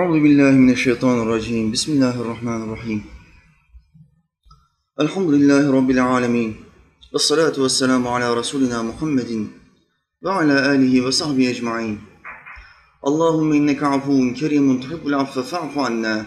Euzu billahi mineşşeytanirracim. Bismillahirrahmanirrahim. Elhamdülillahi rabbil alamin. Ves salatu vesselamu ala rasulina Muhammedin ve ala alihi ve sahbihi ecmaîn. Allahumme inneke afuvun kerimun tuhibbul affe fa'fu anna.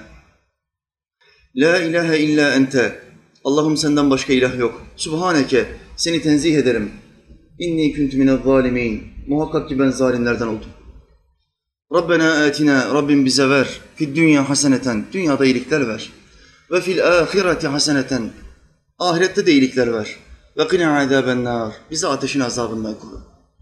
La ilahe illa ente. Allah'ım senden başka ilah yok. Subhaneke, seni tenzih ederim. İnni kuntu minezzalimin. Muhakkak ki ben zalimlerden oldum. Rabbena atina, Rabbim bize ver. Fid dünya haseneten, dünyada iyilikler ver. Ve fil ahireti haseneten, ahirette de iyilikler ver. Ve qina azabennar, bizi ateşin azabından koru.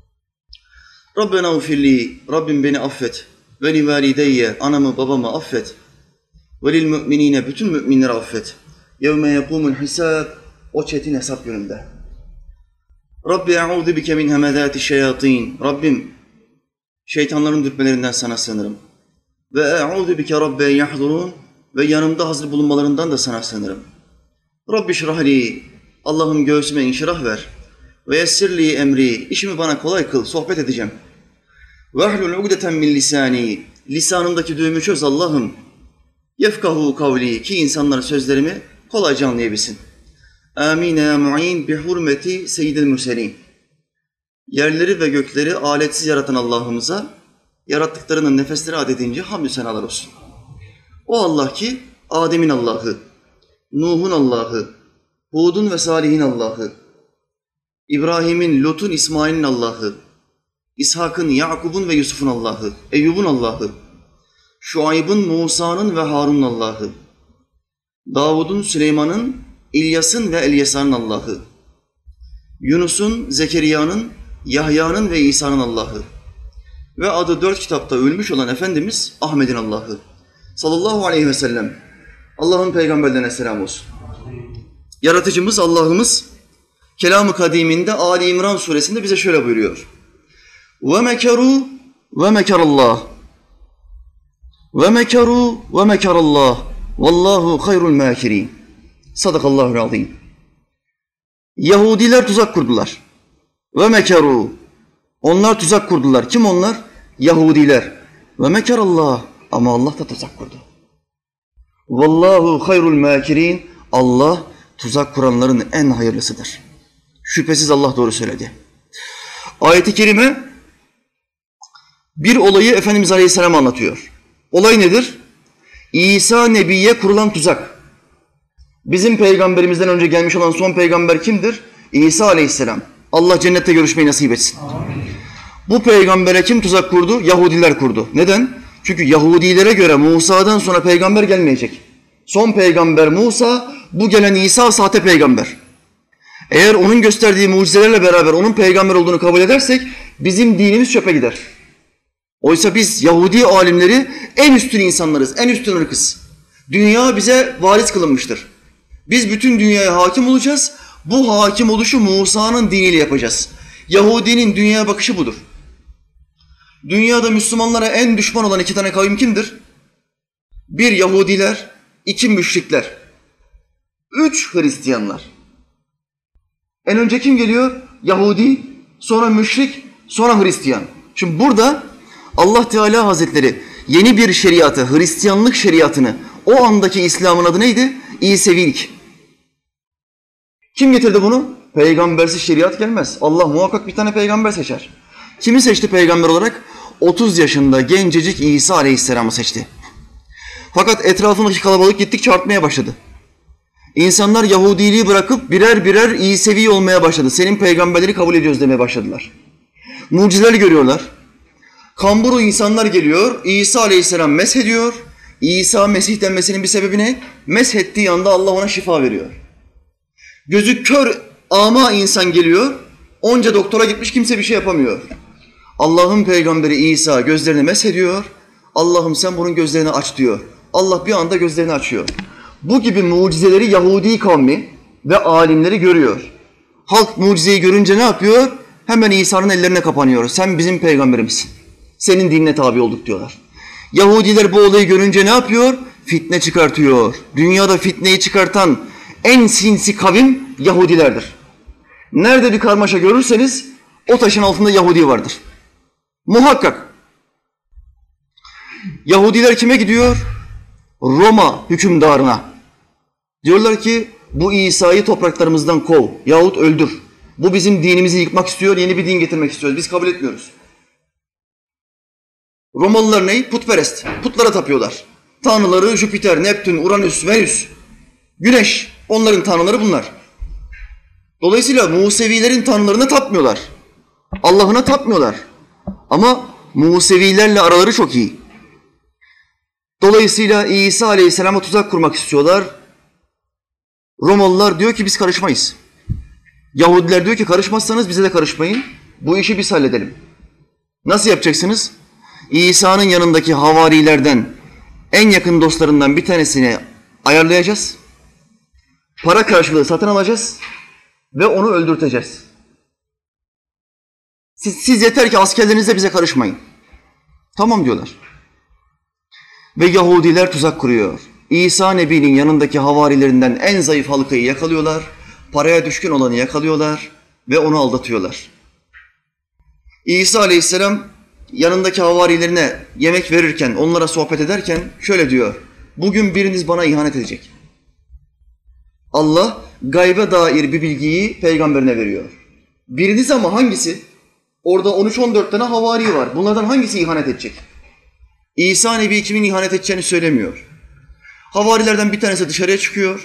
Rabbena ufirli, Rabbim beni affet. Ve li valideyye, anamı babamı affet. Ve lil müminine, bütün müminleri affet. Yevme yekumul hisab, o çetin hesap gününde. Rabbi e'udhu bike min hemezati şeyatin, Rabbim şeytanların dürtmelerinden sana sığınırım. Ve e'udhu bike rabbe yahdurun, ve yanımda hazır bulunmalarından da sana sığınırım. Rabbi şrahli, Allah'ım göğsüme inşirah ver. Ve yessirli emri, işimi bana kolay kıl, sohbet edeceğim. Ve ahlul ugdeten min lisani, lisanımdaki düğümü çöz Allah'ım. Yefkahu kavli, ki insanlar sözlerimi kolayca anlayabilsin. Amin ya mu'in bi hurmeti seyyidil mürselin. Yerleri ve gökleri aletsiz yaratan Allah'ımıza, yarattıklarının nefesleri adedince hamdü senalar olsun. O Allah ki Adem'in Allah'ı, Nuh'un Allah'ı, Hud'un ve Salih'in Allah'ı, İbrahim'in, Lut'un, İsmail'in Allah'ı, İshak'ın, Yakub'un ve Yusuf'un Allah'ı, Eyyub'un Allah'ı, Şuayb'ın, Musa'nın ve Harun'un Allah'ı, Davud'un, Süleyman'ın, İlyas'ın ve Elyasa'nın Allah'ı, Yunus'un, Zekeriya'nın, Yahya'nın ve İsa'nın Allah'ı ve adı 4 kitapta ölmüş olan Efendimiz Ahmet'in Allah'ı sallallahu aleyhi ve sellem. Allah'ın peygamberlerine selam olsun. Yaratıcımız Allah'ımız Kelam-ı Kadim'inde Ali İmran suresinde bize şöyle buyuruyor. وَمَكَرُوا وَمَكَرَ اللّٰهِ وَمَكَرُوا وَمَكَرَ اللّٰهِ وَاللّٰهُ خَيْرُ الْمَاكِرِينَ. Sadakallahü'l-azîm. Yahudiler tuzak kurdular. Ve mekeru. Onlar tuzak kurdular. Kim onlar? Yahudiler. Ve mekerallah. Ama Allah da tuzak kurdu. Vallahu hayrul makirin. Allah tuzak kuranların en hayırlısıdır. Şüphesiz Allah doğru söyledi. Ayet-i kerime bir olayı Efendimiz Aleyhisselam anlatıyor. Olay nedir? İsa Nebi'ye kurulan tuzak. Bizim peygamberimizden önce gelmiş olan son peygamber kimdir? İsa Aleyhisselam. Allah cennette görüşmeyi nasip etsin. Amin. Bu peygambere kim tuzak kurdu? Yahudiler kurdu. Neden? Çünkü Yahudilere göre Musa'dan sonra peygamber gelmeyecek. Son peygamber Musa, bu gelen İsa sahte peygamber. Eğer onun gösterdiği mucizelerle beraber onun peygamber olduğunu kabul edersek bizim dinimiz çöpe gider. Oysa biz Yahudi alimleri en üstün insanlarız, en üstün ırkız. Dünya bize varis kılınmıştır. Biz bütün dünyaya hakim olacağız. Bu hakim oluşu Musa'nın diniyle yapacağız. Yahudinin dünyaya bakışı budur. Dünyada Müslümanlara en düşman olan 2 tane kavim kimdir? 1 Yahudiler, 2 müşrikler, 3 Hristiyanlar. En önce kim geliyor? Yahudi, sonra müşrik, sonra Hristiyan. Şimdi burada Allah Teala Hazretleri yeni bir şeriatı, Hristiyanlık şeriatını, o andaki İslam'ın adı neydi? İsevilik. Kim getirdi bunu? Peygambersiz şeriat gelmez. Allah muhakkak bir tane peygamber seçer. Kimi seçti peygamber olarak? 30 yaşında gencecik İsa Aleyhisselam'ı seçti. Fakat etrafındaki kalabalık gittikçe artmaya başladı. İnsanlar Yahudiliği bırakıp birer birer İsevi olmaya başladı. Senin peygamberleri kabul ediyoruz demeye başladılar. Mucizeler görüyorlar. Kamburu insanlar geliyor, İsa Aleyhisselam meshediyor. İsa Mesih denmesinin bir sebebi ne? Meshettiği anda Allah ona şifa veriyor. Gözü kör, ama insan geliyor, onca doktora gitmiş, kimse bir şey yapamıyor. Allah'ın peygamberi İsa gözlerini meshediyor, Allah'ım sen bunun gözlerini aç diyor. Allah bir anda gözlerini açıyor. Bu gibi mucizeleri Yahudi kavmi ve alimleri görüyor. Halk mucizeyi görünce ne yapıyor? Hemen İsa'nın ellerine kapanıyor. Sen bizim peygamberimizsin. Senin dinine tabi olduk diyorlar. Yahudiler bu olayı görünce ne yapıyor? Fitne çıkartıyor. Dünyada fitneyi çıkartan en sinsi kavim Yahudilerdir. Nerede bir karmaşa görürseniz o taşın altında Yahudi vardır. Muhakkak. Yahudiler kime gidiyor? Roma hükümdarına. Diyorlar ki bu İsa'yı topraklarımızdan kov yahut öldür. Bu bizim dinimizi yıkmak istiyor, yeni bir din getirmek istiyoruz. Biz kabul etmiyoruz. Romalılar ne? Putperest. Putlara tapıyorlar. Tanrıları Jüpiter, Neptün, Uranüs, Venüs, Güneş. Onların tanrıları bunlar. Dolayısıyla Musevilerin tanrılarına tapmıyorlar. Allah'ına tapmıyorlar. Ama Musevilerle araları çok iyi. Dolayısıyla İsa Aleyhisselam'a tuzak kurmak istiyorlar. Romalılar diyor ki biz karışmayız. Yahudiler diyor ki karışmazsanız bize de karışmayın. Bu işi biz halledelim. Nasıl yapacaksınız? İsa'nın yanındaki havarilerden en yakın dostlarından bir tanesini ayarlayacağız. Para karşılığı satın alacağız ve onu öldürteceğiz. Siz yeter ki askerlerinizle bize karışmayın. Tamam diyorlar. Ve Yahudiler tuzak kuruyor. İsa Nebi'nin yanındaki havarilerinden en zayıf halkayı yakalıyorlar. Paraya düşkün olanı yakalıyorlar ve onu aldatıyorlar. İsa Aleyhisselam yanındaki havarilerine yemek verirken, onlara sohbet ederken şöyle diyor. Bugün biriniz bana ihanet edecek. Allah gaybe dair bir bilgiyi peygamberine veriyor. Biriniz ama hangisi? Orada 13-14 tane havari var. Bunlardan hangisi ihanet edecek? İsa Nebi kimin ihanet edeceğini söylemiyor. Havarilerden bir tanesi dışarıya çıkıyor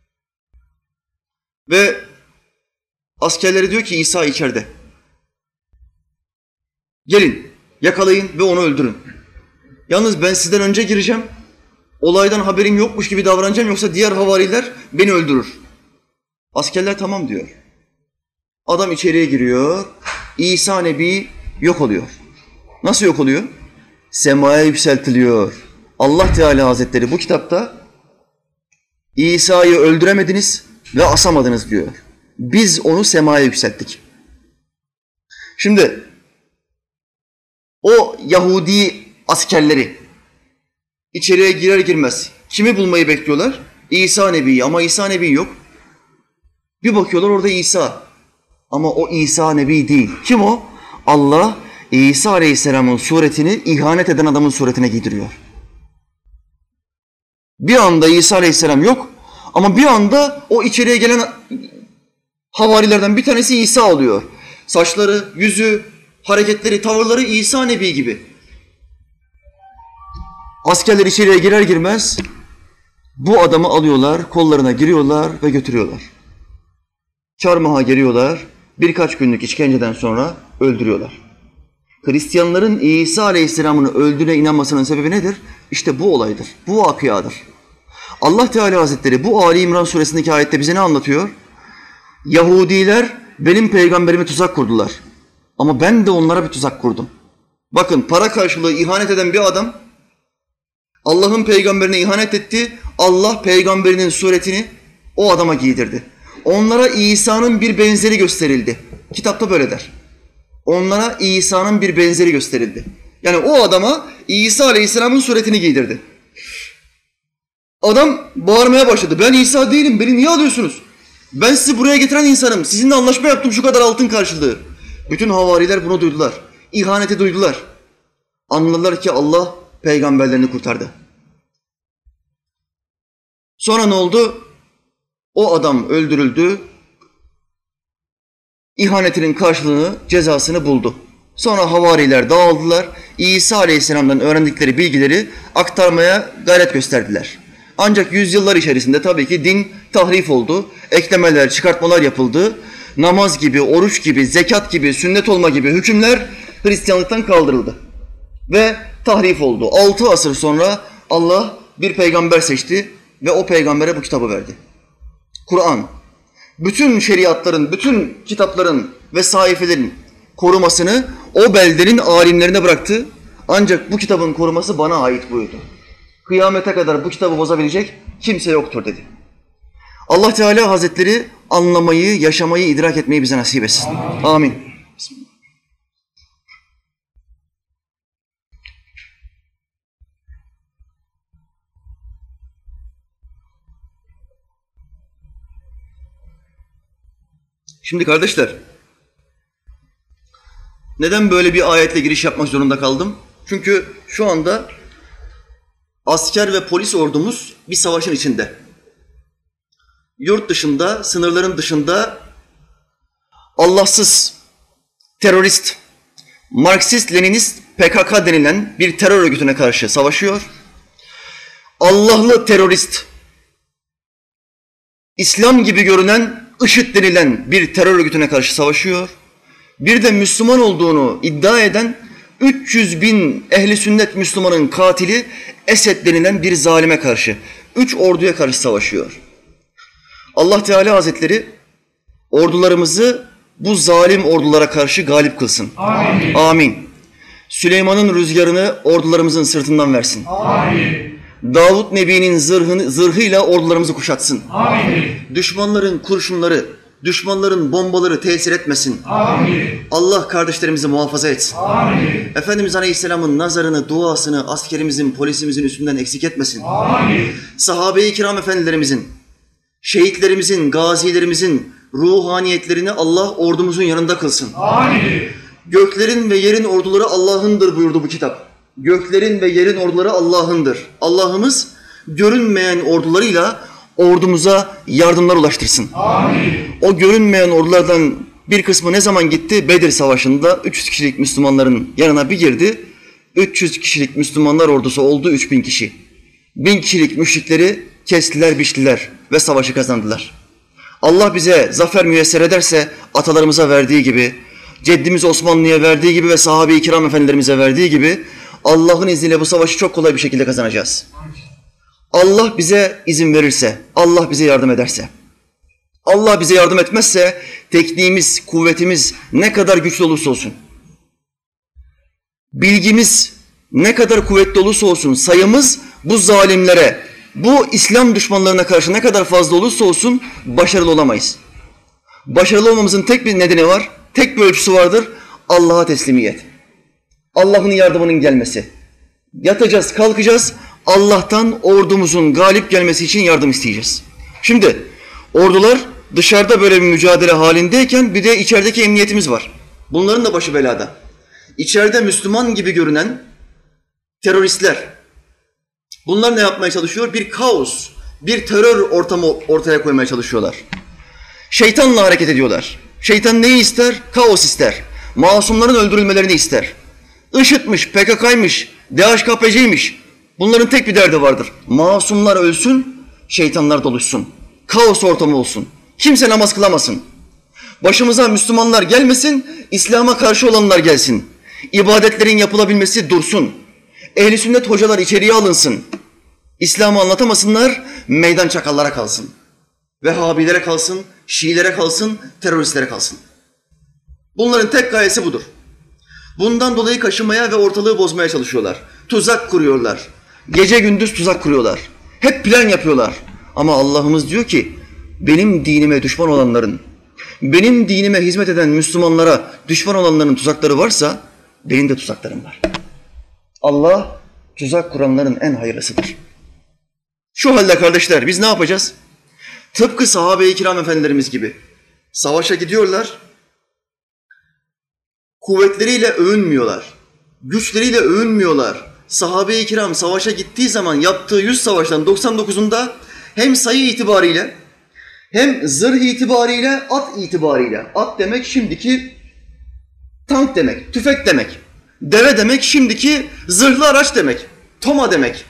ve askerleri diyor ki İsa içeride. Gelin, yakalayın ve onu öldürün. Yalnız ben sizden önce gireceğim. Olaydan haberim yokmuş gibi davranacağım yoksa diğer havariler beni öldürür. Askerler tamam diyor. Adam içeriye giriyor. İsa Nebi yok oluyor. Nasıl yok oluyor? Semaya yükseltiliyor. Allah Teala Hazretleri bu kitapta İsa'yı öldüremediniz ve asamadınız diyor. Biz onu semaya yükselttik. Şimdi o Yahudi askerleri içeriye girer girmez kimi bulmayı bekliyorlar? İsa Nebi'yi ama İsa Nebi yok. Bir bakıyorlar orada İsa ama o İsa Nebi değil. Kim o? Allah İsa Aleyhisselam'ın suretini ihanet eden adamın suretine giydiriyor. Bir anda İsa Aleyhisselam yok ama bir anda o içeriye gelen havarilerden bir tanesi İsa oluyor. Saçları, yüzü, hareketleri, tavırları İsa Nebi gibi. Askerler içeriye girer girmez bu adamı alıyorlar, kollarına giriyorlar ve götürüyorlar. Çarmıha geriyorlar, birkaç günlük işkenceden sonra öldürüyorlar. Hristiyanların İsa Aleyhisselam'ın öldüğüne inanmasının sebebi nedir? İşte bu olaydır, bu vakıadır. Allah Teala Hazretleri bu Ali İmran suresindeki ayette bize ne anlatıyor? Yahudiler benim peygamberime tuzak kurdular. Ama ben de onlara bir tuzak kurdum. Bakın para karşılığı ihanet eden bir adam Allah'ın peygamberine ihanet etti. Allah peygamberinin suretini o adama giydirdi. Onlara İsa'nın bir benzeri gösterildi. Kitapta böyle der. Onlara İsa'nın bir benzeri gösterildi. Yani o adama İsa Aleyhisselam'ın suretini giydirdi. Adam bağırmaya başladı. Ben İsa değilim, beni niye alıyorsunuz? Ben sizi buraya getiren insanım. Sizinle anlaşma yaptım şu kadar altın karşılığı. Bütün havariler bunu duydular. İhaneti duydular. Anladılar ki Allah peygamberlerini kurtardı. Sonra ne oldu? O adam öldürüldü. İhanetinin karşılığını, cezasını buldu. Sonra havariler dağıldılar. İsa Aleyhisselam'dan öğrendikleri bilgileri aktarmaya gayret gösterdiler. Ancak yüzyıllar içerisinde tabii ki din tahrif oldu. Eklemeler, çıkartmalar yapıldı. Namaz gibi, oruç gibi, zekat gibi, sünnet olma gibi hükümler Hristiyanlıktan kaldırıldı. Ve tahrif oldu. 6 asır sonra Allah bir peygamber seçti ve o peygambere bu kitabı verdi. Kur'an, bütün şeriatların, bütün kitapların ve sayfelerin korumasını o beldenin alimlerine bıraktı. Ancak bu kitabın koruması bana ait buyurdu. Kıyamete kadar bu kitabı bozabilecek kimse yoktur dedi. Allah Teala Hazretleri anlamayı, yaşamayı, idrak etmeyi bize nasip etsin. Amin. Bismillah. Şimdi kardeşler, neden böyle bir ayetle giriş yapmak zorunda kaldım? Çünkü şu anda asker ve polis ordumuz bir savaşın içinde. Yurt dışında, sınırların dışında Allahsız, terörist, Marksist-Leninist PKK denilen bir terör örgütüne karşı savaşıyor. Allahlı terörist, İslam gibi görünen IŞİD denilen bir terör örgütüne karşı savaşıyor. Bir de Müslüman olduğunu iddia eden 300 bin ehli sünnet Müslümanın katili Esed denilen bir zalime karşı, 3 orduya karşı savaşıyor. Allah Teala Hazretleri ordularımızı bu zalim ordulara karşı galip kılsın. Amin. Amin. Süleyman'ın rüzgarını ordularımızın sırtından versin. Amin. Davut Nebi'nin zırhıyla ordularımızı kuşatsın. Amin. Düşmanların kurşunları, düşmanların bombaları tesir etmesin. Amin. Allah kardeşlerimizi muhafaza etsin. Amin. Efendimiz Aleyhisselam'ın nazarını, duasını askerimizin, polisimizin üstünden eksik etmesin. Amin. Sahabe-i kiram efendilerimizin, şehitlerimizin, gazilerimizin ruhaniyetlerini Allah ordumuzun yanında kılsın. Amin. Göklerin ve yerin orduları Allah'ındır buyurdu bu kitap. Göklerin ve yerin orduları Allah'ındır. Allah'ımız görünmeyen ordularıyla ordumuza yardımlar ulaştırsın. Amin. O görünmeyen ordulardan bir kısmı ne zaman gitti? Bedir Savaşı'nda 300 kişilik Müslümanların yanına bir girdi. 300 kişilik Müslümanlar ordusu oldu 3000 kişi. 1000 kişilik müşrikleri kestiler, biçtiler ve savaşı kazandılar. Allah bize zafer müyesser ederse atalarımıza verdiği gibi, ceddimiz Osmanlı'ya verdiği gibi ve sahabe-i kiram efendilerimize verdiği gibi Allah'ın izniyle bu savaşı çok kolay bir şekilde kazanacağız. Allah bize izin verirse, Allah bize yardım ederse, Allah bize yardım etmezse tekniğimiz, kuvvetimiz ne kadar güçlü olursa olsun, bilgimiz ne kadar kuvvetli olursa olsun, sayımız bu zalimlere, bu İslam düşmanlarına karşı ne kadar fazla olursa olsun başarılı olamayız. Başarılı olmamızın tek bir nedeni var, tek bir ölçüsü vardır, Allah'a teslimiyet. Allah'ın yardımının gelmesi. Yatacağız, kalkacağız, Allah'tan ordumuzun galip gelmesi için yardım isteyeceğiz. Şimdi ordular dışarıda böyle bir mücadele halindeyken bir de içerideki emniyetimiz var. Bunların da başı belada. İçeride Müslüman gibi görünen teröristler. Bunlar ne yapmaya çalışıyor? Bir kaos, bir terör ortamı ortaya koymaya çalışıyorlar. Şeytanla hareket ediyorlar. Şeytan neyi ister? Kaos ister. Masumların öldürülmelerini ister. IŞİD'miş, PKK'ymış, DHKPC'ymiş. Bunların tek bir derdi vardır. Masumlar ölsün, şeytanlar doluşsun. Kaos ortamı olsun. Kimse namaz kılamasın. Başımıza Müslümanlar gelmesin, İslam'a karşı olanlar gelsin. İbadetlerin yapılabilmesi dursun. Ehl-i sünnet hocalar içeriye alınsın. İslam'ı anlatamasınlar, meydan çakallara kalsın. Vehhabilere kalsın, Şiilere kalsın, teröristlere kalsın. Bunların tek gayesi budur. Bundan dolayı kaşımaya ve ortalığı bozmaya çalışıyorlar. Tuzak kuruyorlar. Gece gündüz tuzak kuruyorlar. Hep plan yapıyorlar. Ama Allah'ımız diyor ki, benim dinime düşman olanların, benim dinime hizmet eden Müslümanlara düşman olanların tuzakları varsa, benim de tuzaklarım var. Allah tuzak kuranların en hayırlısıdır. Şu halde kardeşler biz ne yapacağız? Tıpkı sahabe-i kiram efendilerimiz gibi savaşa gidiyorlar, kuvvetleriyle övünmüyorlar, güçleriyle övünmüyorlar. Sahabe-i kiram savaşa gittiği zaman yaptığı 100 savaştan 99'unda hem sayı itibariyle hem zırh itibariyle, at itibariyle, at demek şimdiki tank demek, tüfek demek, deve demek şimdiki zırhlı araç demek, toma demek.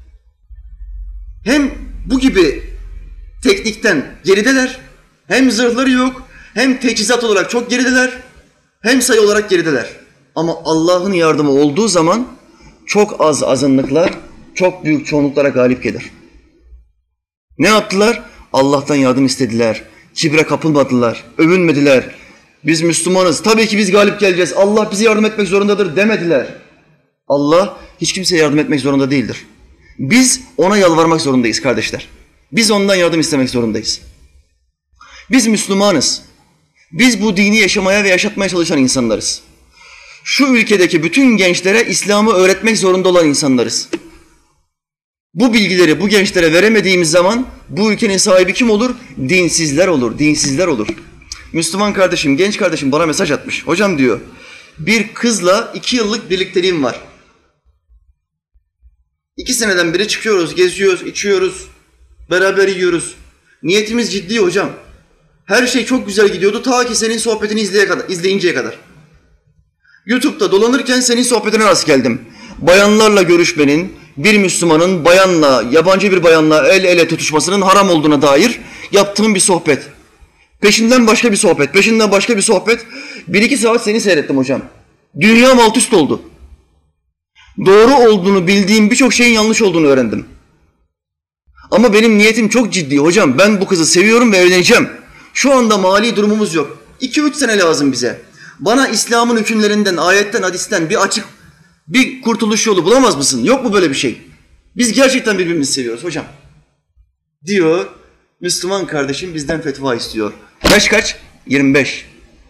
Hem bu gibi teknikten gerideler, hem zırhları yok, hem teçhizat olarak çok gerideler, hem sayı olarak gerideler. Ama Allah'ın yardımı olduğu zaman çok az azınlıklar, çok büyük çoğunluklara galip gelir. Ne yaptılar? Allah'tan yardım istediler, kibre kapılmadılar, övünmediler. Biz Müslümanız, tabii ki biz galip geleceğiz, Allah bize yardım etmek zorundadır demediler. Allah hiç kimseye yardım etmek zorunda değildir. Biz ona yalvarmak zorundayız kardeşler. Biz ondan yardım istemek zorundayız. Biz Müslümanız. Biz bu dini yaşamaya ve yaşatmaya çalışan insanlarız. Şu ülkedeki bütün gençlere İslam'ı öğretmek zorunda olan insanlarız. Bu bilgileri bu gençlere veremediğimiz zaman bu ülkenin sahibi kim olur? Dinsizler olur, dinsizler olur. Müslüman kardeşim, genç kardeşim bana mesaj atmış. Hocam diyor, bir kızla 2 yıllık birlikteliğim var. 2 seneden beri çıkıyoruz, geziyoruz, içiyoruz, beraber yiyoruz. Niyetimiz ciddi hocam. Her şey çok güzel gidiyordu ta ki senin sohbetini izleyinceye kadar. YouTube'da dolanırken senin sohbetine rast geldim. Bayanlarla görüşmenin, bir Müslümanın bayanla, yabancı bir bayanla el ele tutuşmasının haram olduğuna dair yaptığım bir sohbet. Peşinden başka bir sohbet, peşinden başka bir sohbet. 1-2 saat seni seyrettim hocam. Dünyam alt üst oldu. Doğru olduğunu bildiğim birçok şeyin yanlış olduğunu öğrendim. Ama benim niyetim çok ciddi hocam. Ben bu kızı seviyorum ve evleneceğim. Şu anda mali durumumuz yok. 2-3 sene lazım bize. Bana İslam'ın hükümlerinden, ayetten, hadisten bir açık, bir kurtuluş yolu bulamaz mısın? Yok mu böyle bir şey? Biz gerçekten birbirimizi seviyoruz hocam. Diyor, Müslüman kardeşim bizden fetva istiyor. Yaş kaç? 25.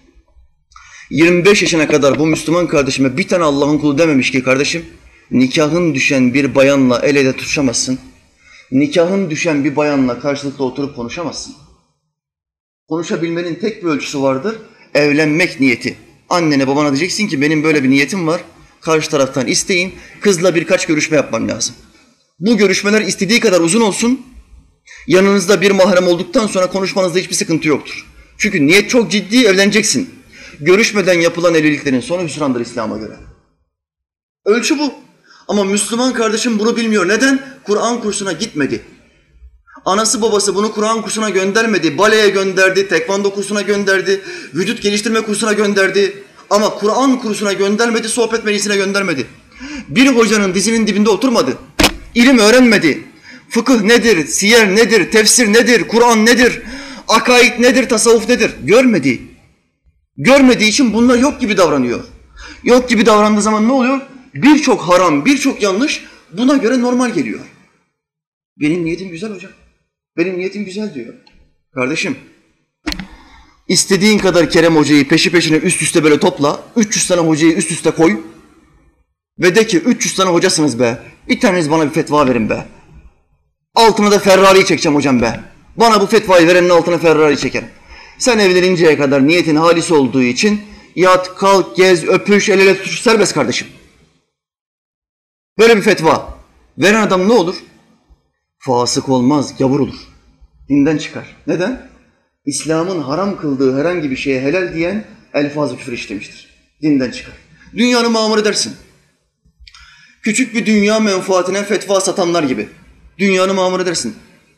25 yaşına kadar bu Müslüman kardeşime bir tane Allah'ın kulu dememiş ki kardeşim, nikahın düşen bir bayanla el ele tutuşamazsın. Nikahın düşen bir bayanla karşılıklı oturup konuşamazsın. Konuşabilmenin tek bir ölçüsü vardır, evlenmek niyeti. Annene babana diyeceksin ki benim böyle bir niyetim var, karşı taraftan isteyin, kızla birkaç görüşme yapmam lazım. Bu görüşmeler istediği kadar uzun olsun, yanınızda bir mahrem olduktan sonra konuşmanızda hiçbir sıkıntı yoktur. Çünkü niyet çok ciddi, evleneceksin. Görüşmeden yapılan evliliklerin sonu hüsrandır İslam'a göre. Ölçü bu. Ama Müslüman kardeşim bunu bilmiyor. Neden? Kur'an kursuna gitmedi. Anası babası bunu Kur'an kursuna göndermedi. Baleye gönderdi, tekvando kursuna gönderdi, vücut geliştirme kursuna gönderdi. Ama Kur'an kursuna göndermedi, sohbet meclisine göndermedi. Bir hocanın dizinin dibinde oturmadı. İlim öğrenmedi. Fıkıh nedir, siyer nedir, tefsir nedir, Kur'an nedir, akaid nedir, tasavvuf nedir? Görmedi. Görmediği için bunlar yok gibi davranıyor. Yok gibi davrandığı zaman ne oluyor? Birçok haram, birçok yanlış buna göre normal geliyor. Benim niyetim güzel hocam. Benim niyetim güzel diyor. Kardeşim, istediğin kadar Kerem Hoca'yı peşi peşine üst üste böyle topla, 300 tane hocayı üst üste koy ve de ki 300 tane hocasınız be, bir taneniz bana bir fetva verin be. Altına da Ferrari'yi çekeceğim hocam be. Bana bu fetvayı verenin altına Ferrari'yi çekerim. Sen evleninceye kadar niyetin halis olduğu için yat, kalk, gez, öpüş, el ele tutuş serbest kardeşim. Böyle bir fetva veren adam ne olur? Fasık olmaz, gavur olur. Dinden çıkar. Neden? İslam'ın haram kıldığı herhangi bir şeye helal diyen elfaz-ı küfür işlemiştir. Dinden çıkar. Dünyanı mamur edersin. Küçük bir dünya menfaatine fetva satanlar gibi. Dünyanı mamur edersin.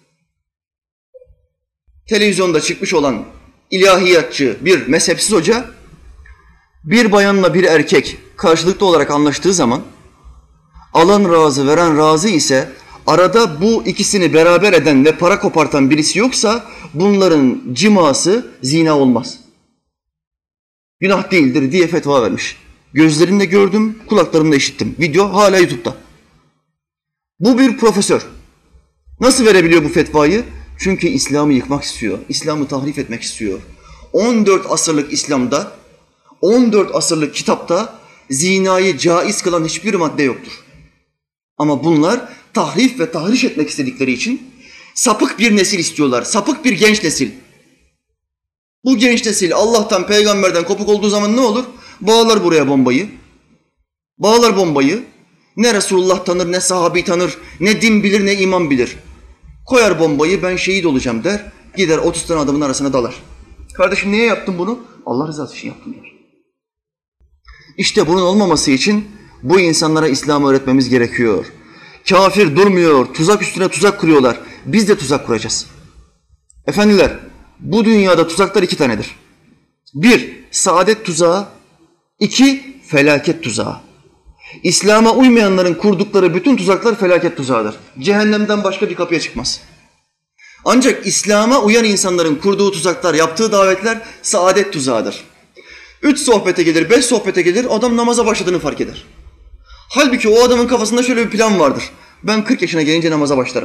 Televizyonda çıkmış olan ilahiyatçı bir mezhepsiz hoca, bir bayanla bir erkek karşılıklı olarak anlaştığı zaman, alan razı, veren razı ise, arada bu ikisini beraber eden ve para kopartan birisi yoksa, bunların ciması zina olmaz. Günah değildir diye fetva vermiş. Gözlerimle gördüm, kulaklarımla işittim. Video hala YouTube'da. Bu bir profesör. Nasıl verebiliyor bu fetvayı? Çünkü İslam'ı yıkmak istiyor, İslam'ı tahrif etmek istiyor. 14 asırlık İslam'da, 14 asırlık kitapta zinayı caiz kılan hiçbir madde yoktur. Ama bunlar tahrif ve tahriş etmek istedikleri için sapık bir nesil istiyorlar, sapık bir genç nesil. Bu genç nesil Allah'tan, peygamberden kopuk olduğu zaman ne olur? Bağlar buraya bombayı. Bağlar bombayı. Ne Resulullah tanır, ne sahabi tanır, ne din bilir, ne iman bilir. Koyar bombayı, ben şehit olacağım der, gider 30 tane adamın arasına dalar. Kardeşim niye yaptın bunu? Allah rızası için yaptım der. İşte bunun olmaması için bu insanlara İslam'ı öğretmemiz gerekiyor. Kafir durmuyor, tuzak üstüne tuzak kuruyorlar. Biz de tuzak kuracağız. Efendiler, bu dünyada tuzaklar 2 tanedir. 1, saadet tuzağı. 2, felaket tuzağı. İslam'a uymayanların kurdukları bütün tuzaklar felaket tuzağıdır. Cehennemden başka bir kapıya çıkmaz. Ancak İslam'a uyan insanların kurduğu tuzaklar, yaptığı davetler saadet tuzağıdır. 3 sohbete gelir, 5 sohbete gelir, adam namaza başladığını fark eder. Halbuki o adamın kafasında şöyle bir plan vardır. Ben 40 yaşına gelince namaza başlarım.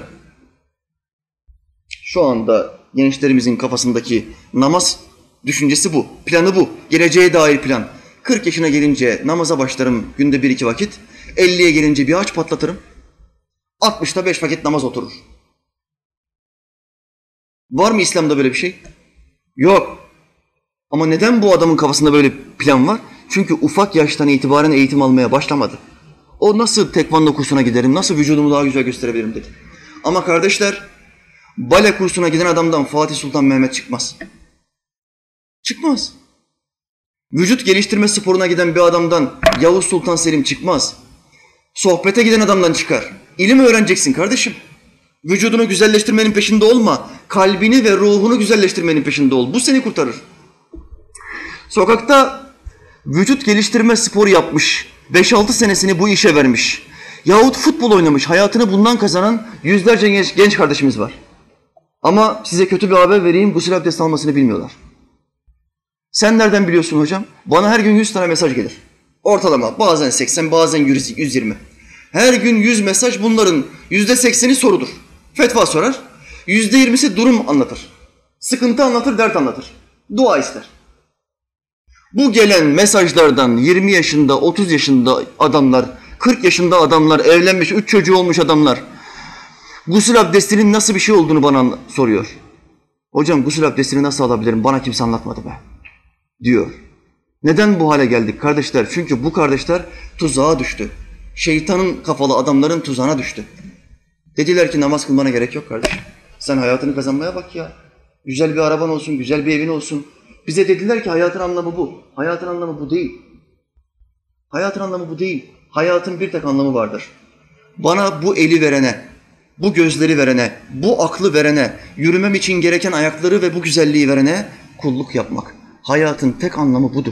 Şu anda gençlerimizin kafasındaki namaz düşüncesi bu, planı bu, geleceğe dair plan. 40 yaşına gelince namaza başlarım günde 1-2 vakit, 50'ye gelince bir haç patlatırım, 60'ta 5 vakit namaz oturur. Var mı İslam'da böyle bir şey? Yok. Ama neden bu adamın kafasında böyle plan var? Çünkü ufak yaştan itibaren eğitim almaya başlamadı. O nasıl tekvando kursuna giderim, nasıl vücudumu daha güzel gösterebilirim dedi. Ama kardeşler, bale kursuna giden adamdan Fatih Sultan Mehmet çıkmaz. Çıkmaz. Vücut geliştirme sporuna giden bir adamdan Yavuz Sultan Selim çıkmaz. Sohbete giden adamdan çıkar. İlim öğreneceksin kardeşim. Vücudunu güzelleştirmenin peşinde olma. Kalbini ve ruhunu güzelleştirmenin peşinde ol. Bu seni kurtarır. Sokakta vücut geliştirme sporu yapmış, 5-6 senesini bu işe vermiş. Yahut futbol oynamış, hayatını bundan kazanan yüzlerce genç kardeşimiz var. Ama size kötü bir haber vereyim, gusül abdesti almasını bilmiyorlar. Sen nereden biliyorsun hocam? Bana her gün 100 tane mesaj gelir. Ortalama bazen 80, bazen 120. Her gün 100 mesaj, bunların %80'i sorudur. Fetva sorar, %20'si durum anlatır. Sıkıntı anlatır, dert anlatır. Dua ister. Bu gelen mesajlardan 20 yaşında, 30 yaşında adamlar, 40 yaşında adamlar, evlenmiş, 3 çocuğu olmuş adamlar gusül abdestinin nasıl bir şey olduğunu bana soruyor. Hocam gusül abdestini nasıl alabilirim? Bana kimse anlatmadı be, diyor. Neden bu hale geldik kardeşler? Çünkü bu kardeşler tuzağa düştü. Şeytanın kafalı adamların tuzağına düştü. Dediler ki namaz kılmana gerek yok kardeşim. Sen hayatını kazanmaya bak ya. Güzel bir araban olsun, güzel bir evin olsun. Bize dediler ki hayatın anlamı bu. Hayatın anlamı bu değil. Hayatın anlamı bu değil. Hayatın bir tek anlamı vardır. Bana bu eli verene, bu gözleri verene, bu aklı verene, yürümem için gereken ayakları ve bu güzelliği verene kulluk yapmak. Hayatın tek anlamı budur.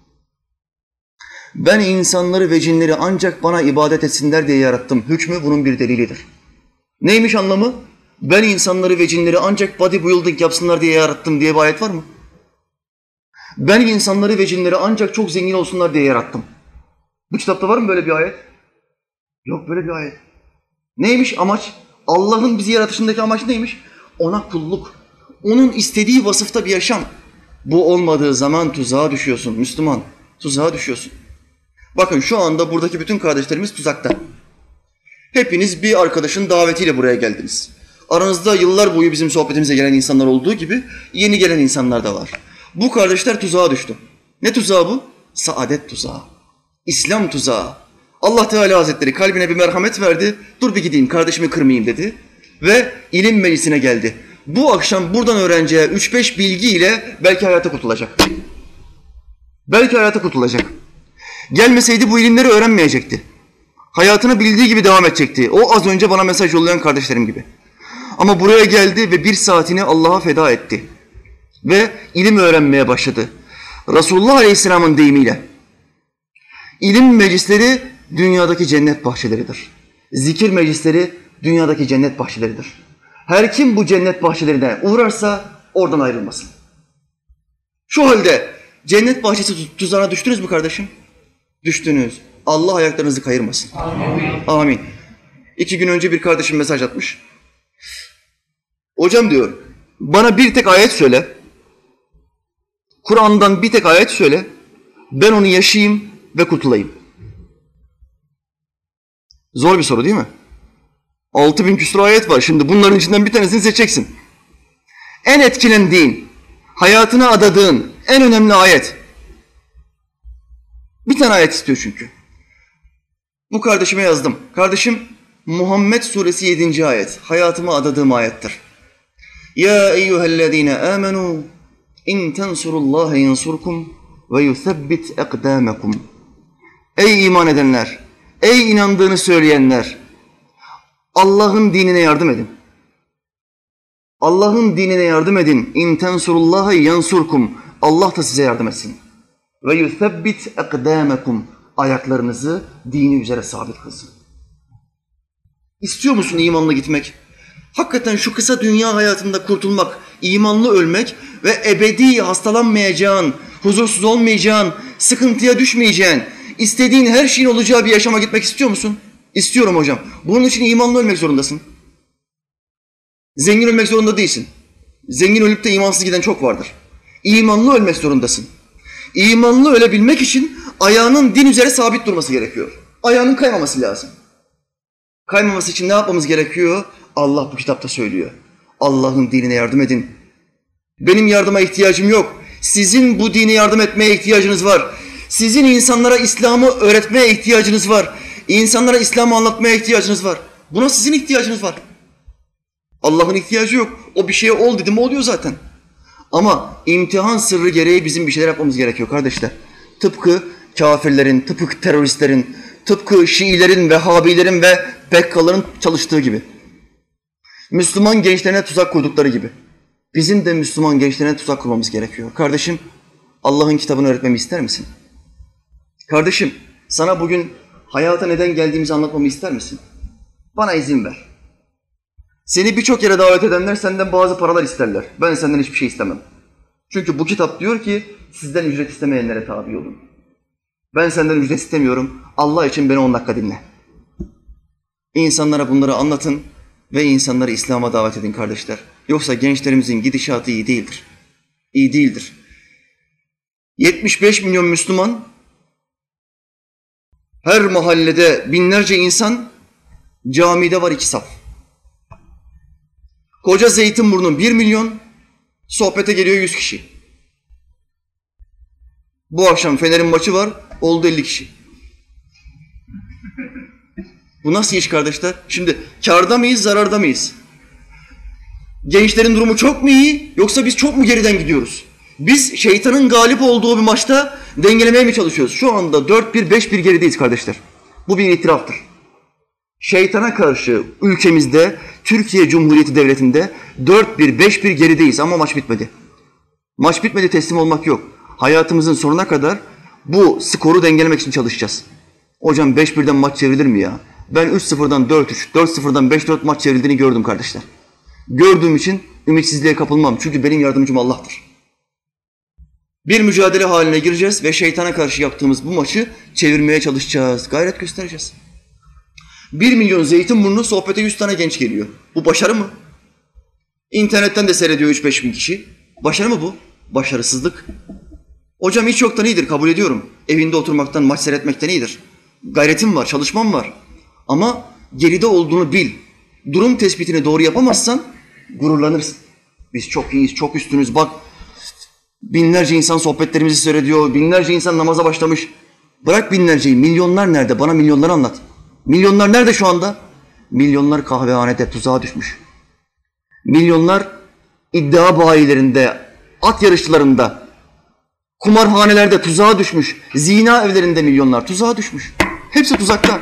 Ben insanları ve cinleri ancak bana ibadet etsinler diye yarattım. Hükmü bunun bir delilidir. Neymiş anlamı? Ben insanları ve cinleri ancak bodybuilding yapsınlar diye yarattım diye bir ayet var mı? Ben insanları ve cinleri ancak çok zengin olsunlar diye yarattım. Bu kitapta var mı böyle bir ayet? Yok böyle bir ayet. Neymiş amaç? Allah'ın bizi yaratışındaki amaç neymiş? Ona kulluk. Onun istediği vasıfta bir yaşam. Bu olmadığı zaman tuzağa düşüyorsun Müslüman. Tuzağa düşüyorsun. Bakın şu anda buradaki bütün kardeşlerimiz tuzakta. Hepiniz bir arkadaşın davetiyle buraya geldiniz. Aranızda yıllar boyu bizim sohbetimize gelen insanlar olduğu gibi yeni gelen insanlar da var. Bu kardeşler tuzağa düştü. Ne tuzağı bu? Saadet tuzağı. İslam tuzağı. Allah Teala Hazretleri kalbine bir merhamet verdi. Dur bir gideyim kardeşimi kırmayayım dedi. Ve ilim meclisine geldi. Bu akşam buradan öğreneceği 3-5 bilgiyle belki hayata kurtulacak. Belki hayata kurtulacak. Gelmeseydi bu ilimleri öğrenmeyecekti. Hayatını bildiği gibi devam edecekti. O az önce bana mesaj yollayan kardeşlerim gibi. Ama buraya geldi ve 1 saatini Allah'a feda etti. Ve ilim öğrenmeye başladı. Resulullah Aleyhisselam'ın deyimiyle. İlim meclisleri dünyadaki cennet bahçeleridir. Zikir meclisleri dünyadaki cennet bahçeleridir. Her kim bu cennet bahçelerine uğrarsa oradan ayrılmasın. Şu halde cennet bahçesi tuzağına düştünüz mü kardeşim? Düştünüz. Allah ayaklarınızı kayırmasın. Amin. Amin. 2 gün önce bir kardeşim mesaj atmış. Hocam diyor, bana bir tek ayet söyle. Kur'an'dan bir tek ayet söyle. Ben onu yaşayayım ve kurtulayım. Zor bir soru değil mi? 6000 küsur ayet var. Şimdi bunların içinden bir tanesini seçeceksin. En etkilendiğin, hayatına adadığın en önemli ayet. Bir tane ayet istiyor çünkü. Bu kardeşime yazdım. Kardeşim, Muhammed Suresi 7. ayet. Hayatıma adadığım ayettir. Ya eyyühellezine amenu in tensurullaha yansurkum ve yuthabbit ekdâmekum. Ey iman edenler, ey inandığını söyleyenler, Allah'ın dinine yardım edin. Allah'ın dinine yardım edin. İn tensurullaha yansurkum. Allah da size yardım etsin. Ve yuthabbit ekdâmekum. Ayaklarınızı dini üzere sabit kılsın. İstiyor musun imanlı gitmek? Hakikaten şu kısa dünya hayatında kurtulmak, imanlı ölmek ve ebedi hastalanmayacağın, huzursuz olmayacağın, sıkıntıya düşmeyeceğin, istediğin her şeyin olacağı bir yaşama gitmek istiyor musun? İstiyorum hocam. Bunun için imanlı ölmek zorundasın. Zengin ölmek zorunda değilsin. Zengin ölüp de imansız giden çok vardır. İmanlı ölmek zorundasın. İmanlı ölebilmek için ayağının din üzere sabit durması gerekiyor. Ayağının kaymaması lazım. Kaymaması için ne yapmamız gerekiyor? Allah bu kitapta söylüyor. Allah'ın dinine yardım edin. Benim yardıma ihtiyacım yok. Sizin bu dine yardım etmeye ihtiyacınız var. Sizin insanlara İslam'ı öğretmeye ihtiyacınız var. İnsanlara İslam'ı anlatmaya ihtiyacınız var. Buna sizin ihtiyacınız var. Allah'ın ihtiyacı yok. O bir şeye ol dedi mi oluyor zaten. Ama imtihan sırrı gereği bizim bir şeyler yapmamız gerekiyor kardeşler. Tıpkı kafirlerin, tıpkı teröristlerin, tıpkı Şiilerin, Vehhabilerin ve Bekkaların çalıştığı gibi. Müslüman gençlerine tuzak kurdukları gibi. Bizim de Müslüman gençlerine tuzak kurmamız gerekiyor. Kardeşim, Allah'ın kitabını öğretmemi ister misin? Kardeşim, sana bugün hayata neden geldiğimizi anlatmamı ister misin? Bana izin ver. Seni birçok yere davet edenler senden bazı paralar isterler. Ben senden hiçbir şey istemem. Çünkü bu kitap diyor ki sizden ücret istemeyenlere tabi olun. Ben senden ücret istemiyorum. Allah için beni 10 dakika dinle. İnsanlara bunları anlatın ve insanları İslam'a davet edin kardeşler. Yoksa gençlerimizin gidişatı iyi değildir. İyi değildir. 75 milyon Müslüman, her mahallede binlerce insan, camide var 2 saf. Koca Zeytinburnu 1 milyon, sohbete geliyor 100 kişi. Bu akşam Fener'in maçı var, oldu 50 kişi. Bu nasıl iş kardeşler? Şimdi kârda mıyız, zararda mıyız? Gençlerin durumu çok mu iyi, yoksa biz çok mu geriden gidiyoruz? Biz şeytanın galip olduğu bir maçta dengelemeye mi çalışıyoruz? Şu anda 4-1, 5-1 gerideyiz kardeşler. Bu bir itiraftır. Şeytana karşı ülkemizde, Türkiye Cumhuriyeti Devleti'nde 4-1, 5-1 gerideyiz ama maç bitmedi. Maç bitmedi, teslim olmak yok. Hayatımızın sonuna kadar bu skoru dengelemek için çalışacağız. Hocam 5-1'den maç çevrilir mi ya? Ben 3-0'dan 4-3, 4-0'dan 5-4 maç çevrildiğini gördüm kardeşler. Gördüğüm için ümitsizliğe kapılmam. Çünkü benim yardımcım Allah'tır. Bir mücadele haline gireceğiz ve şeytana karşı yaptığımız bu maçı çevirmeye çalışacağız. Gayret göstereceğiz. 1 milyon Zeytinburnu sohbete 100 tane genç geliyor. Bu başarı mı? İnternetten de seyrediyor 3-5 bin kişi. Başarı mı bu? Başarısızlık. Hocam hiç yoktan iyidir, kabul ediyorum. Evinde oturmaktan, maç seyretmekten iyidir. Gayretim var, çalışmam var. Ama geride olduğunu bil. Durum tespitini doğru yapamazsan gururlanırsın. Biz çok iyiyiz, çok üstünüz. Bak, binlerce insan sohbetlerimizi seyrediyor, binlerce insan namaza başlamış. Bırak binlerceyi, milyonlar nerede? Bana milyonları anlat. Milyonlar nerede şu anda? Milyonlar kahvehanede tuzağa düşmüş. Milyonlar iddia bayilerinde, at yarışçılarında, kumarhanelerde tuzağa düşmüş. Zina evlerinde milyonlar tuzağa düşmüş. Hepsi tuzakta.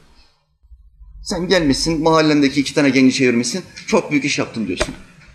Sen gelmişsin, mahallendeki 2 tane genci çevirmişsin, çok büyük iş yaptım diyorsun.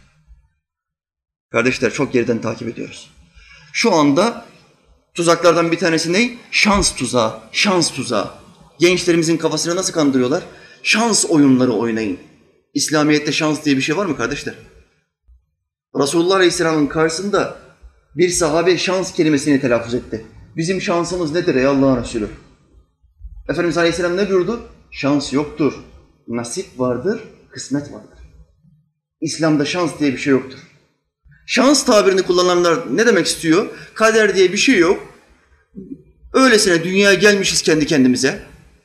Kardeşler, çok geriden takip ediyoruz. Şu anda tuzaklardan bir tanesi ne? Şans tuzağı, şans tuzağı. Gençlerimizin kafasını nasıl kandırıyorlar? Şans oyunları oynayın. İslamiyet'te şans diye bir şey var mı kardeşler? Resulullah Aleyhisselam'ın karşısında bir sahabe şans kelimesini telaffuz etti. Bizim şansımız nedir ey Allah'ın Resulü? Efendimiz Aleyhisselam ne buyurdu? Şans yoktur. Nasip vardır, kısmet vardır. İslam'da şans diye bir şey yoktur. Şans tabirini kullananlar ne demek istiyor? Kader diye bir şey yok. Öylesine dünyaya gelmişiz kendi kendimize.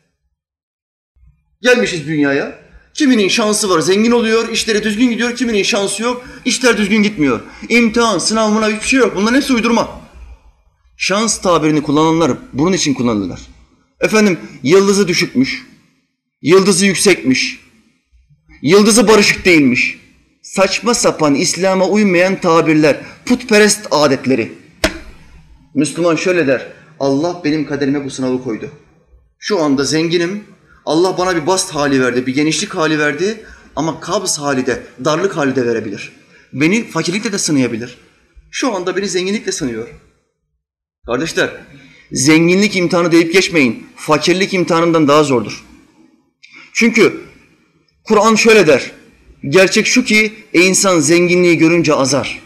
Gelmişiz dünyaya. Kiminin şansı var, zengin oluyor, işleri düzgün gidiyor. Kiminin şansı yok, işler düzgün gitmiyor. İmtihan, sınav, mınav hiçbir şey yok. Bunların hepsi uydurma. Şans tabirini kullananlar bunun için kullanırlar. Efendim, yıldızı düşükmüş, yıldızı yüksekmiş, yıldızı barışık değilmiş. Saçma sapan, İslam'a uymayan tabirler, putperest adetleri. Müslüman şöyle der, Allah benim kaderime bu sınavı koydu. Şu anda zenginim, Allah bana bir bast hali verdi, bir genişlik hali verdi ama kabz hali de, darlık hali de verebilir. Beni fakirlikle de sınayabilir. Şu anda beni zenginlikle sınıyor. Kardeşler, zenginlik imtihanı deyip geçmeyin. Fakirlik imtihanından daha zordur. Çünkü Kur'an şöyle der, gerçek şu ki insan zenginliği görünce azar.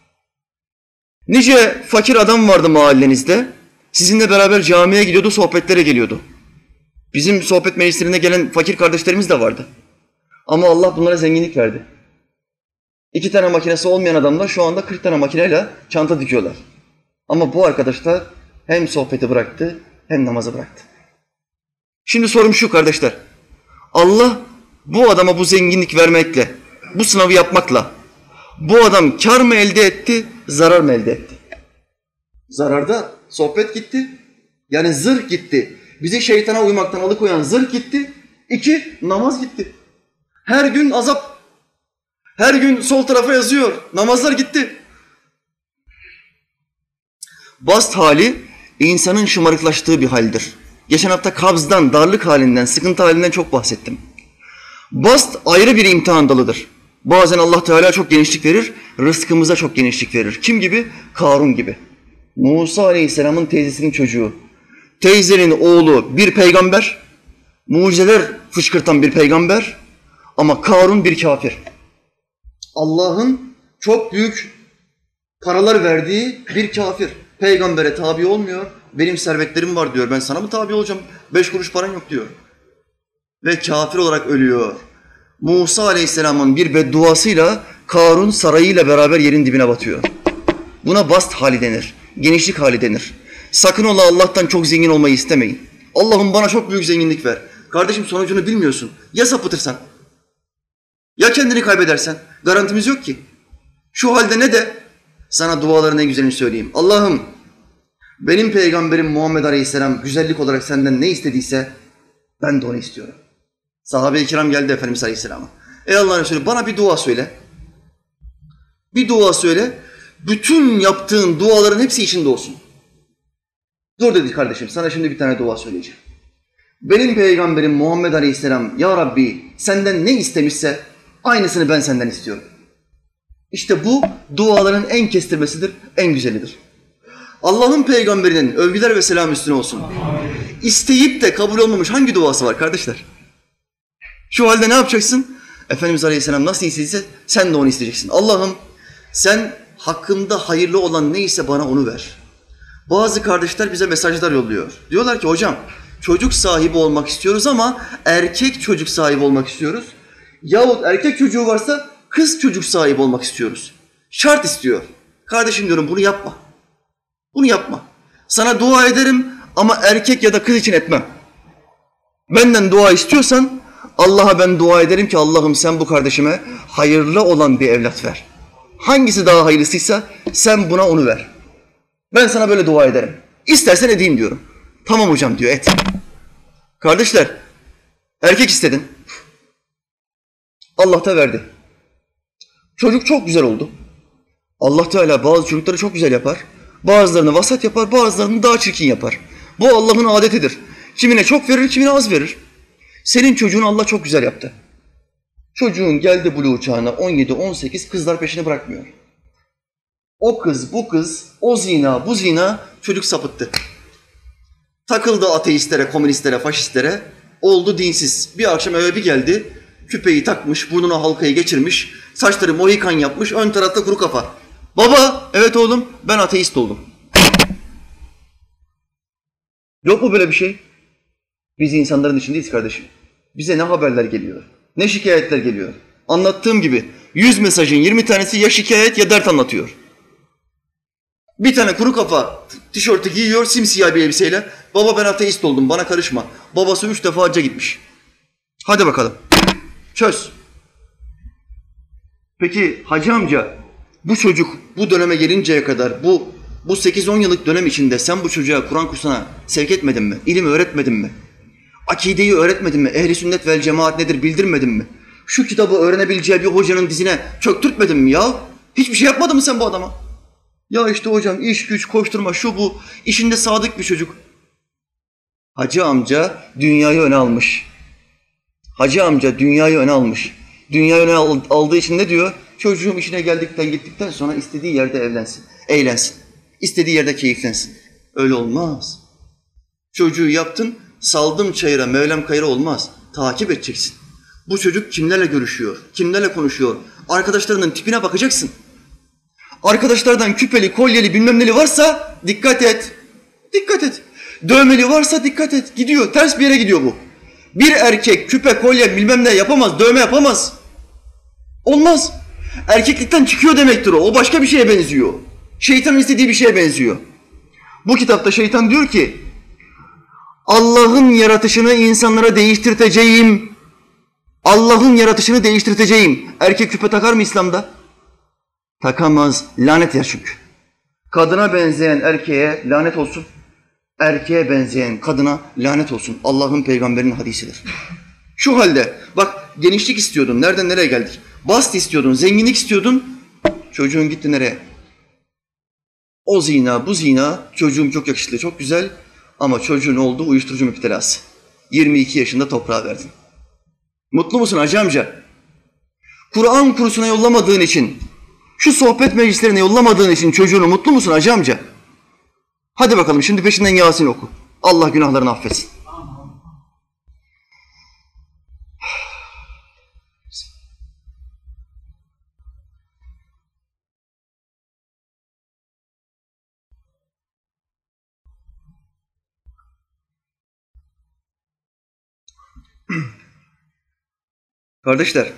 Nice fakir adam vardı mahallenizde, sizinle beraber camiye gidiyordu, sohbetlere geliyordu. Bizim sohbet meclislerine gelen fakir kardeşlerimiz de vardı. Ama Allah bunlara zenginlik verdi. 2 tane makinesi olmayan adamlar şu anda 40 tane makineyle çanta dikiyorlar. Ama bu arkadaşlar hem sohbeti bıraktı hem namazı bıraktı. Şimdi sorum şu kardeşler. Allah bu adama bu zenginlik vermekle, bu sınavı yapmakla bu adam kar mı elde etti, zarar mı elde etti? Zararda sohbet gitti. Yani zırh gitti. Bizi şeytana uymaktan alıkoyan zırh gitti. 2, namaz gitti. Her gün azap. Her gün sol tarafa yazıyor. Namazlar gitti. Bast hali insanın şımarıklaştığı bir haldir. Geçen hafta kabzdan, darlık halinden, sıkıntı halinden çok bahsettim. Bast ayrı bir imtihan dalıdır. Bazen Allah Teala çok genişlik verir, rızkımıza çok genişlik verir. Kim gibi? Karun gibi. Musa Aleyhisselam'ın teyzesinin çocuğu. Teyzenin oğlu bir peygamber, mucizeler fışkırtan bir peygamber ama Karun bir kafir. Allah'ın çok büyük paralar verdiği bir kafir. Peygambere tabi olmuyor. Benim servetlerim var diyor. Ben sana mı tabi olacağım? 5 kuruş paran yok diyor. Ve kafir olarak ölüyor. Musa Aleyhisselam'ın bir bedduasıyla Karun sarayıyla beraber yerin dibine batıyor. Buna bast hali denir. Genişlik hali denir. Sakın ola Allah'tan çok zengin olmayı istemeyin. Allah'ım bana çok büyük zenginlik ver. Kardeşim sonucunu bilmiyorsun. Ya sapıtırsan? Ya kendini kaybedersen? Garantimiz yok ki. Şu halde ne de? Sana duaların en güzelini söyleyeyim. Allah'ım benim peygamberim Muhammed Aleyhisselam güzellik olarak senden ne istediyse ben de onu istiyorum. Sahabe-i kiram geldi Efendimiz Aleyhisselam'a. Ey Allah'ın Resulü bana bir dua söyle. Bir dua söyle. Bütün yaptığın duaların hepsi içinde olsun. Dur dedi kardeşim sana şimdi bir tane dua söyleyeceğim. Benim peygamberim Muhammed Aleyhisselam ya Rabbi senden ne istemişse aynısını ben senden istiyorum. İşte bu duaların en kestirmesidir, en güzelidir. Allah'ın peygamberinin övgüler ve selam üstüne olsun. İsteyip de kabul olmamış hangi duası var kardeşler? Şu halde ne yapacaksın? Efendimiz Aleyhisselam nasıl istediyse sen de onu isteyeceksin. Allah'ım sen hakkında hayırlı olan neyse bana onu ver. Bazı kardeşler bize mesajlar yolluyor. Diyorlar ki hocam çocuk sahibi olmak istiyoruz ama erkek çocuk sahibi olmak istiyoruz. Yahut erkek çocuğu varsa kız çocuk sahibi olmak istiyoruz. Şart istiyor. Kardeşim diyorum bunu yapma. Bunu yapma. Sana dua ederim ama erkek ya da kız için etmem. Benden dua istiyorsan Allah'a ben dua ederim ki Allah'ım sen bu kardeşime hayırlı olan bir evlat ver. Hangisi daha hayırlısıysa sen buna onu ver. Ben sana böyle dua ederim. İstersen edeyim diyorum. Tamam hocam diyor et. Kardeşler erkek istedin. Allah da verdi. Çocuk çok güzel oldu. Allah Teala bazı çocukları çok güzel yapar. Bazılarını vasat yapar, bazılarını daha çirkin yapar. Bu Allah'ın adetidir. Kimine çok verir, kimine az verir. Senin çocuğunu Allah çok güzel yaptı. Çocuğun geldi buluğ çağına 17-18 kızlar peşini bırakmıyor. O kız, bu kız, o zina, bu zina çocuk sapıttı. Takıldı ateistlere, komünistlere, faşistlere. Oldu dinsiz. Bir akşam eve bir geldi. Küpeyi takmış, burnuna halkayı geçirmiş. Saçları mohikan yapmış, ön tarafta kuru kafa. Baba, evet oğlum ben ateist oldum. Yok mu böyle bir şey? Biz insanların içindeyiz kardeşim. Bize ne haberler geliyor, ne şikayetler geliyor. Anlattığım gibi 100 mesajın 20 tanesi ya şikayet ya dert anlatıyor. Bir tane kuru kafa tişörtü giyiyor simsiyah bir elbiseyle. Baba ben ateist oldum bana karışma. Babası 3 defa hacca gitmiş. Hadi bakalım çöz. Peki hacı amca bu çocuk bu döneme gelinceye kadar bu 8-10 yıllık dönem içinde sen bu çocuğa Kur'an kursuna sevk etmedin mi? İlim öğretmedin mi? Akideyi öğretmedin mi? Ehli sünnet vel cemaat nedir bildirmedin mi? Şu kitabı öğrenebileceği bir hocanın dizine çöktürtmedin mi ya? Hiçbir şey yapmadın mı sen bu adama? Ya işte hocam iş güç koşturma şu bu işinde sadık bir çocuk. Hacı amca dünyayı öne almış. Hacı amca dünyayı öne almış. Dünyayı öne aldığı için ne diyor? Çocuğum işine gittikten sonra istediği yerde evlensin, eğlensin. İstediği yerde keyiflensin. Öyle olmaz. Çocuğu yaptın, saldım çayıra, Mevlam kayıra olmaz. Takip edeceksin. Bu çocuk kimlerle görüşüyor, kimlerle konuşuyor? Arkadaşlarının tipine bakacaksın. Arkadaşlardan küpeli, kolyeli, bilmem neli varsa dikkat et. Dikkat et. Dövmeli varsa dikkat et. Gidiyor, ters bir yere gidiyor bu. Bir erkek küpe, kolye, bilmem ne yapamaz, dövme yapamaz. Olmaz. Erkeklikten çıkıyor demektir o. O başka bir şeye benziyor. Şeytanın istediği bir şeye benziyor. Bu kitapta şeytan diyor ki, Allah'ın yaratışını insanlara değiştirteceğim. Allah'ın yaratışını değiştirteceğim. Erkek küpe takar mı İslam'da? Takamaz. Lanet yer çünkü. Kadına benzeyen erkeğe lanet olsun. erkeğe benzeyen kadına lanet olsun. Allah'ın peygamberinin hadisidir. Şu halde bak, genişlik istiyordun. Nereden nereye geldik? Bast istiyordun, zenginlik istiyordun. Çocuğun gitti nereye? O zina, bu zina. Çocuğum çok yakışıklı, çok güzel. Ama çocuğun oldu uyuşturucu müptelası. 22 yaşında toprağa verdin. Mutlu musun hacı amca? Kur'an kursuna yollamadığın için, şu sohbet meclislerine yollamadığın için çocuğunu mutlu musun hacı amca? Hadi bakalım şimdi peşinden Yasin oku. Allah günahlarını affetsin. Kardeşler,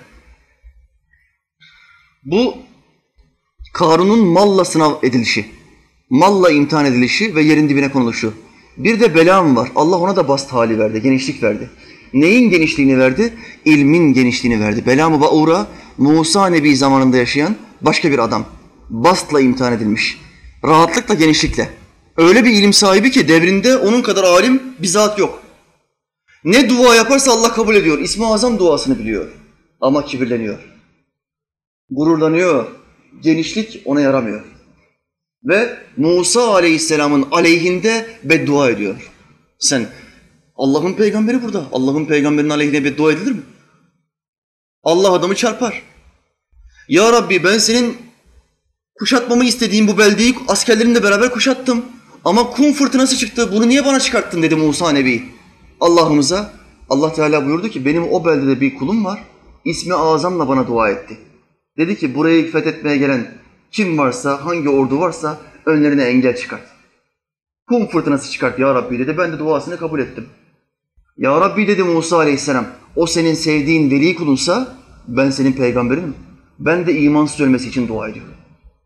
bu Karun'un malla sınav edilişi, malla imtihan edilişi ve yerin dibine konuluşu. Bir de belam var. Allah ona da bast hali verdi, genişlik verdi. Neyin genişliğini verdi? İlmin genişliğini verdi. Belam-ı Ba'ura, Musa Nebi zamanında yaşayan başka bir adam. Bastla imtihan edilmiş. Rahatlıkla, genişlikle. Öyle bir ilim sahibi ki devrinde onun kadar alim bizzat yok. Ne dua yaparsa Allah kabul ediyor. İsmi Azam duasını biliyor. Ama kibirleniyor. Gururlanıyor. Genişlik ona yaramıyor. Ve Musa Aleyhisselam'ın aleyhinde beddua ediyor. Sen, Allah'ın peygamberi burada. Allah'ın peygamberinin aleyhine beddua edilir mi? Allah adamı çarpar. Ya Rabbi, ben senin kuşatmamı istediğin bu beldeyi askerlerimle beraber kuşattım. Ama kum fırtınası çıktı. Bunu niye bana çıkarttın dedi Musa Nebi. Allah'ımıza, Allah Teala buyurdu ki benim o beldede bir kulum var. İsmi Azam'la bana dua etti. Dedi ki burayı fethetmeye gelen kim varsa, hangi ordu varsa önlerine engel çıkart. Kum fırtınası çıkart ya Rabbi dedi. Ben de duasını kabul ettim. Ya Rabbi dedi Musa Aleyhisselam, o senin sevdiğin veli kulunsa ben senin peygamberinim. Ben de imansız ölmesi için dua ediyorum.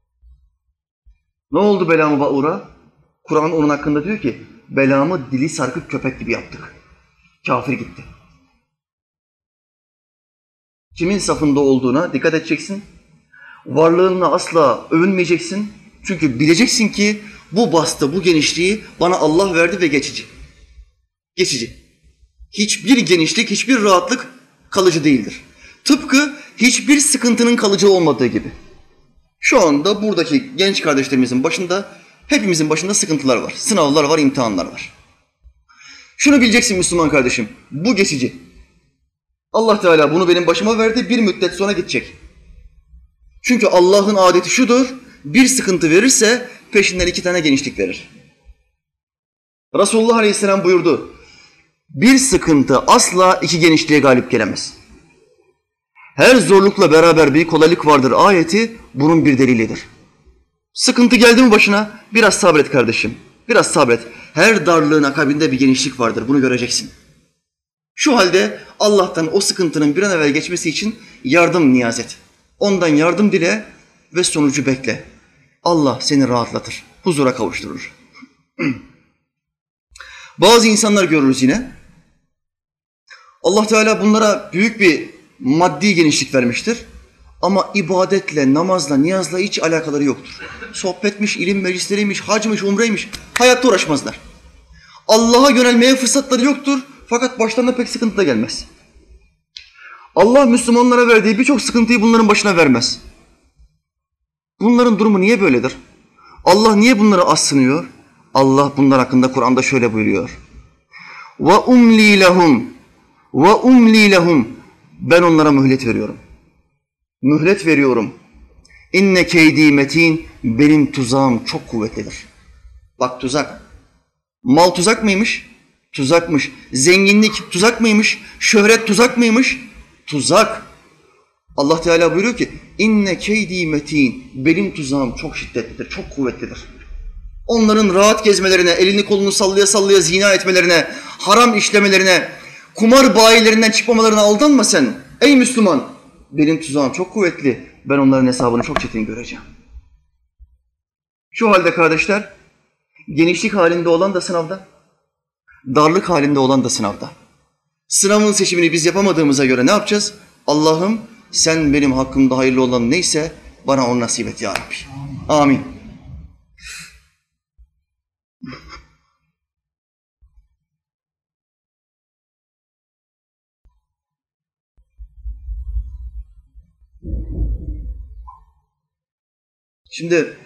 Ne oldu Belam-ı Ba'ura? Kur'an onun hakkında diyor ki Belam'ı dili sarkık köpek gibi yaptık. Kafir gitti. Kimin safında olduğuna dikkat edeceksin. Varlığınla asla övünmeyeceksin. Çünkü bileceksin ki bu bastı, bu genişliği bana Allah verdi ve geçici. Geçici. Hiçbir genişlik, hiçbir rahatlık kalıcı değildir. Tıpkı hiçbir sıkıntının kalıcı olmadığı gibi. Şu anda buradaki genç kardeşlerimizin başında, hepimizin başında sıkıntılar var. Sınavlar var, imtihanlar var. Şunu bileceksin Müslüman kardeşim, bu geçici. Allah Teala bunu benim başıma verdi, bir müddet sonra gidecek. Çünkü Allah'ın adeti şudur, bir sıkıntı verirse peşinden 2 tane genişlik verir. Resulullah Aleyhisselam buyurdu, bir sıkıntı asla 2 genişliğe galip gelemez. Her zorlukla beraber bir kolaylık vardır ayeti bunun bir delilidir. Sıkıntı geldi mi başına? Biraz sabret kardeşim, biraz sabret. Her darlığın akabinde bir genişlik vardır, bunu göreceksin. Şu halde Allah'tan o sıkıntının bir an evvel geçmesi için yardım niyaz et. Ondan yardım dile ve sonucu bekle. Allah seni rahatlatır, huzura kavuşturur. Bazı insanlar görürüz yine. Allah Teala bunlara büyük bir maddi genişlik vermiştir. Ama ibadetle, namazla, niyazla hiç alakaları yoktur. Sohbetmiş, ilim meclisleriymiş, hacmış, umreymiş, hayatta uğraşmazlar. Allah'a yönelmeye fırsatları yoktur fakat başlarına pek sıkıntı da gelmez. Allah Müslümanlara verdiği birçok sıkıntıyı bunların başına vermez. Bunların durumu niye böyledir? Allah niye bunları az sınıyor? Allah bunlar hakkında Kur'an'da şöyle buyuruyor. وَاُمْلِي لَهُمْ وَاُمْلِي لَهُمْ Ben onlara mühlet veriyorum. Mühlet veriyorum. İnne keydi metin, benim tuzağım çok kuvvetlidir. Bak tuzak. Mal tuzak mıymış? Tuzakmış. Zenginlik tuzak mıymış? Şöhret tuzak mıymış? Tuzak. Allah Teala buyuruyor ki inne keydi metin, benim tuzağım çok şiddetlidir, çok kuvvetlidir. Onların rahat gezmelerine, elini kolunu sallaya sallaya zina etmelerine, haram işlemelerine, kumar bayilerinden çıkmamalarına aldanma sen. Ey Müslüman, benim tuzağım çok kuvvetli, ben onların hesabını çok çetin göreceğim. Şu halde kardeşler, genişlik halinde olan da sınavda, darlık halinde olan da sınavda. Sınavın seçimini biz yapamadığımıza göre ne yapacağız? Allah'ım sen benim hakkımda hayırlı olan neyse bana onu nasip et ya Rabbi. Amin. Şimdi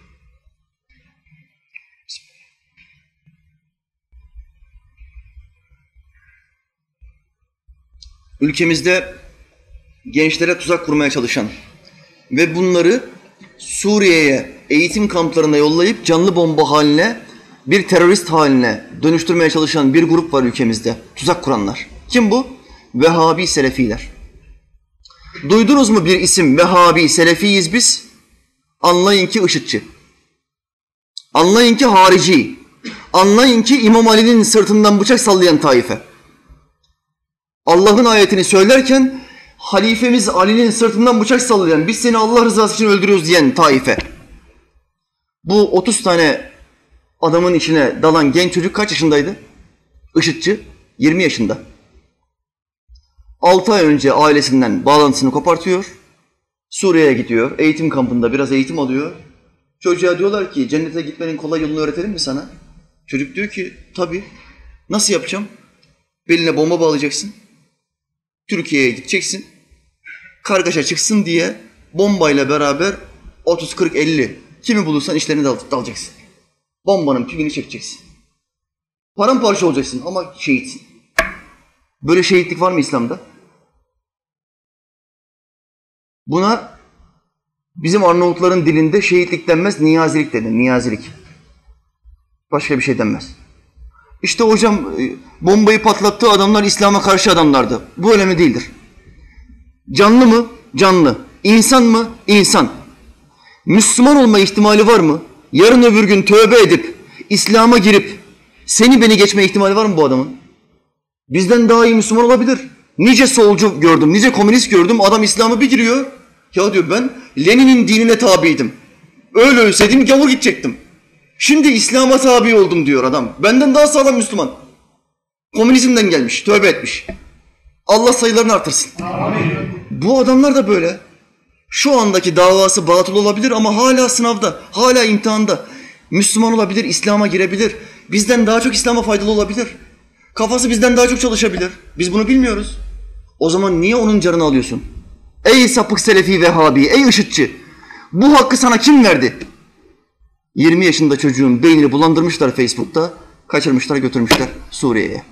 ülkemizde gençlere tuzak kurmaya çalışan ve bunları Suriye'ye eğitim kamplarına yollayıp canlı bomba haline, bir terörist haline dönüştürmeye çalışan bir grup var ülkemizde. Tuzak kuranlar. Kim bu? Vehhabi Selefiler. Duydunuz mu bir isim? Vehhabi, Selefiyiz biz. Anlayın ki IŞİD'çi. Anlayın ki harici. Anlayın ki İmam Ali'nin sırtından bıçak sallayan taife. Allah'ın ayetini söylerken halifemiz Ali'nin sırtından bıçak sallayan, biz seni Allah rızası için öldürüyoruz diyen taife. Bu 30 tane adamın içine dalan genç çocuk kaç yaşındaydı? IŞİD'çi 20 yaşında. 6 ay önce ailesinden bağlantısını kopartıyor. Suriye'ye gidiyor. Eğitim kampında biraz eğitim alıyor. Çocuğa diyorlar ki cennete gitmenin kolay yolunu öğretelim mi sana? Çocuk diyor ki tabii. Nasıl yapacağım? Beline bomba bağlayacaksın. Türkiye'ye gideceksin. Kargaşa çıksın diye bombayla beraber 30, 40, 50 kimi bulursan işlerine dalacaksın. Bombanın pimini çekeceksin. Paramparça olacaksın ama şehitsin. Böyle şehitlik var mı İslam'da? Buna bizim Arnavutların dilinde şehitlik denmez, niyazilik denir. Niyazilik. Başka bir şey denmez. İşte hocam bombayı patlattığı adamlar İslam'a karşı adamlardı. Bu önemli değildir. Canlı mı? Canlı. İnsan mı? İnsan. Müslüman olma ihtimali var mı? Yarın öbür gün tövbe edip, İslam'a girip, seni beni geçme ihtimali var mı bu adamın? Bizden daha iyi Müslüman olabilir. Nice solcu gördüm, nice komünist gördüm. Adam İslam'a bir giriyor. Ya diyor ben Lenin'in dinine tabiydim. Öyle ölseydim gavur gidecektim. Şimdi İslam'a tabi oldum diyor adam. Benden daha sağlam Müslüman. Komünizmden gelmiş, tövbe etmiş. Allah sayılarını artırsın. Amin. Bu adamlar da böyle. Şu andaki davası batıl olabilir ama hala sınavda, hala imtihanda. Müslüman olabilir, İslam'a girebilir. Bizden daha çok İslam'a faydalı olabilir. Kafası bizden daha çok çalışabilir. Biz bunu bilmiyoruz. O zaman niye onun canını alıyorsun? Ey sapık Selefi Vehhabi, ey IŞİD'çi. Bu hakkı sana kim verdi? 20 yaşında çocuğun beynini bulandırmışlar Facebook'ta. Kaçırmışlar, götürmüşler Suriye'ye.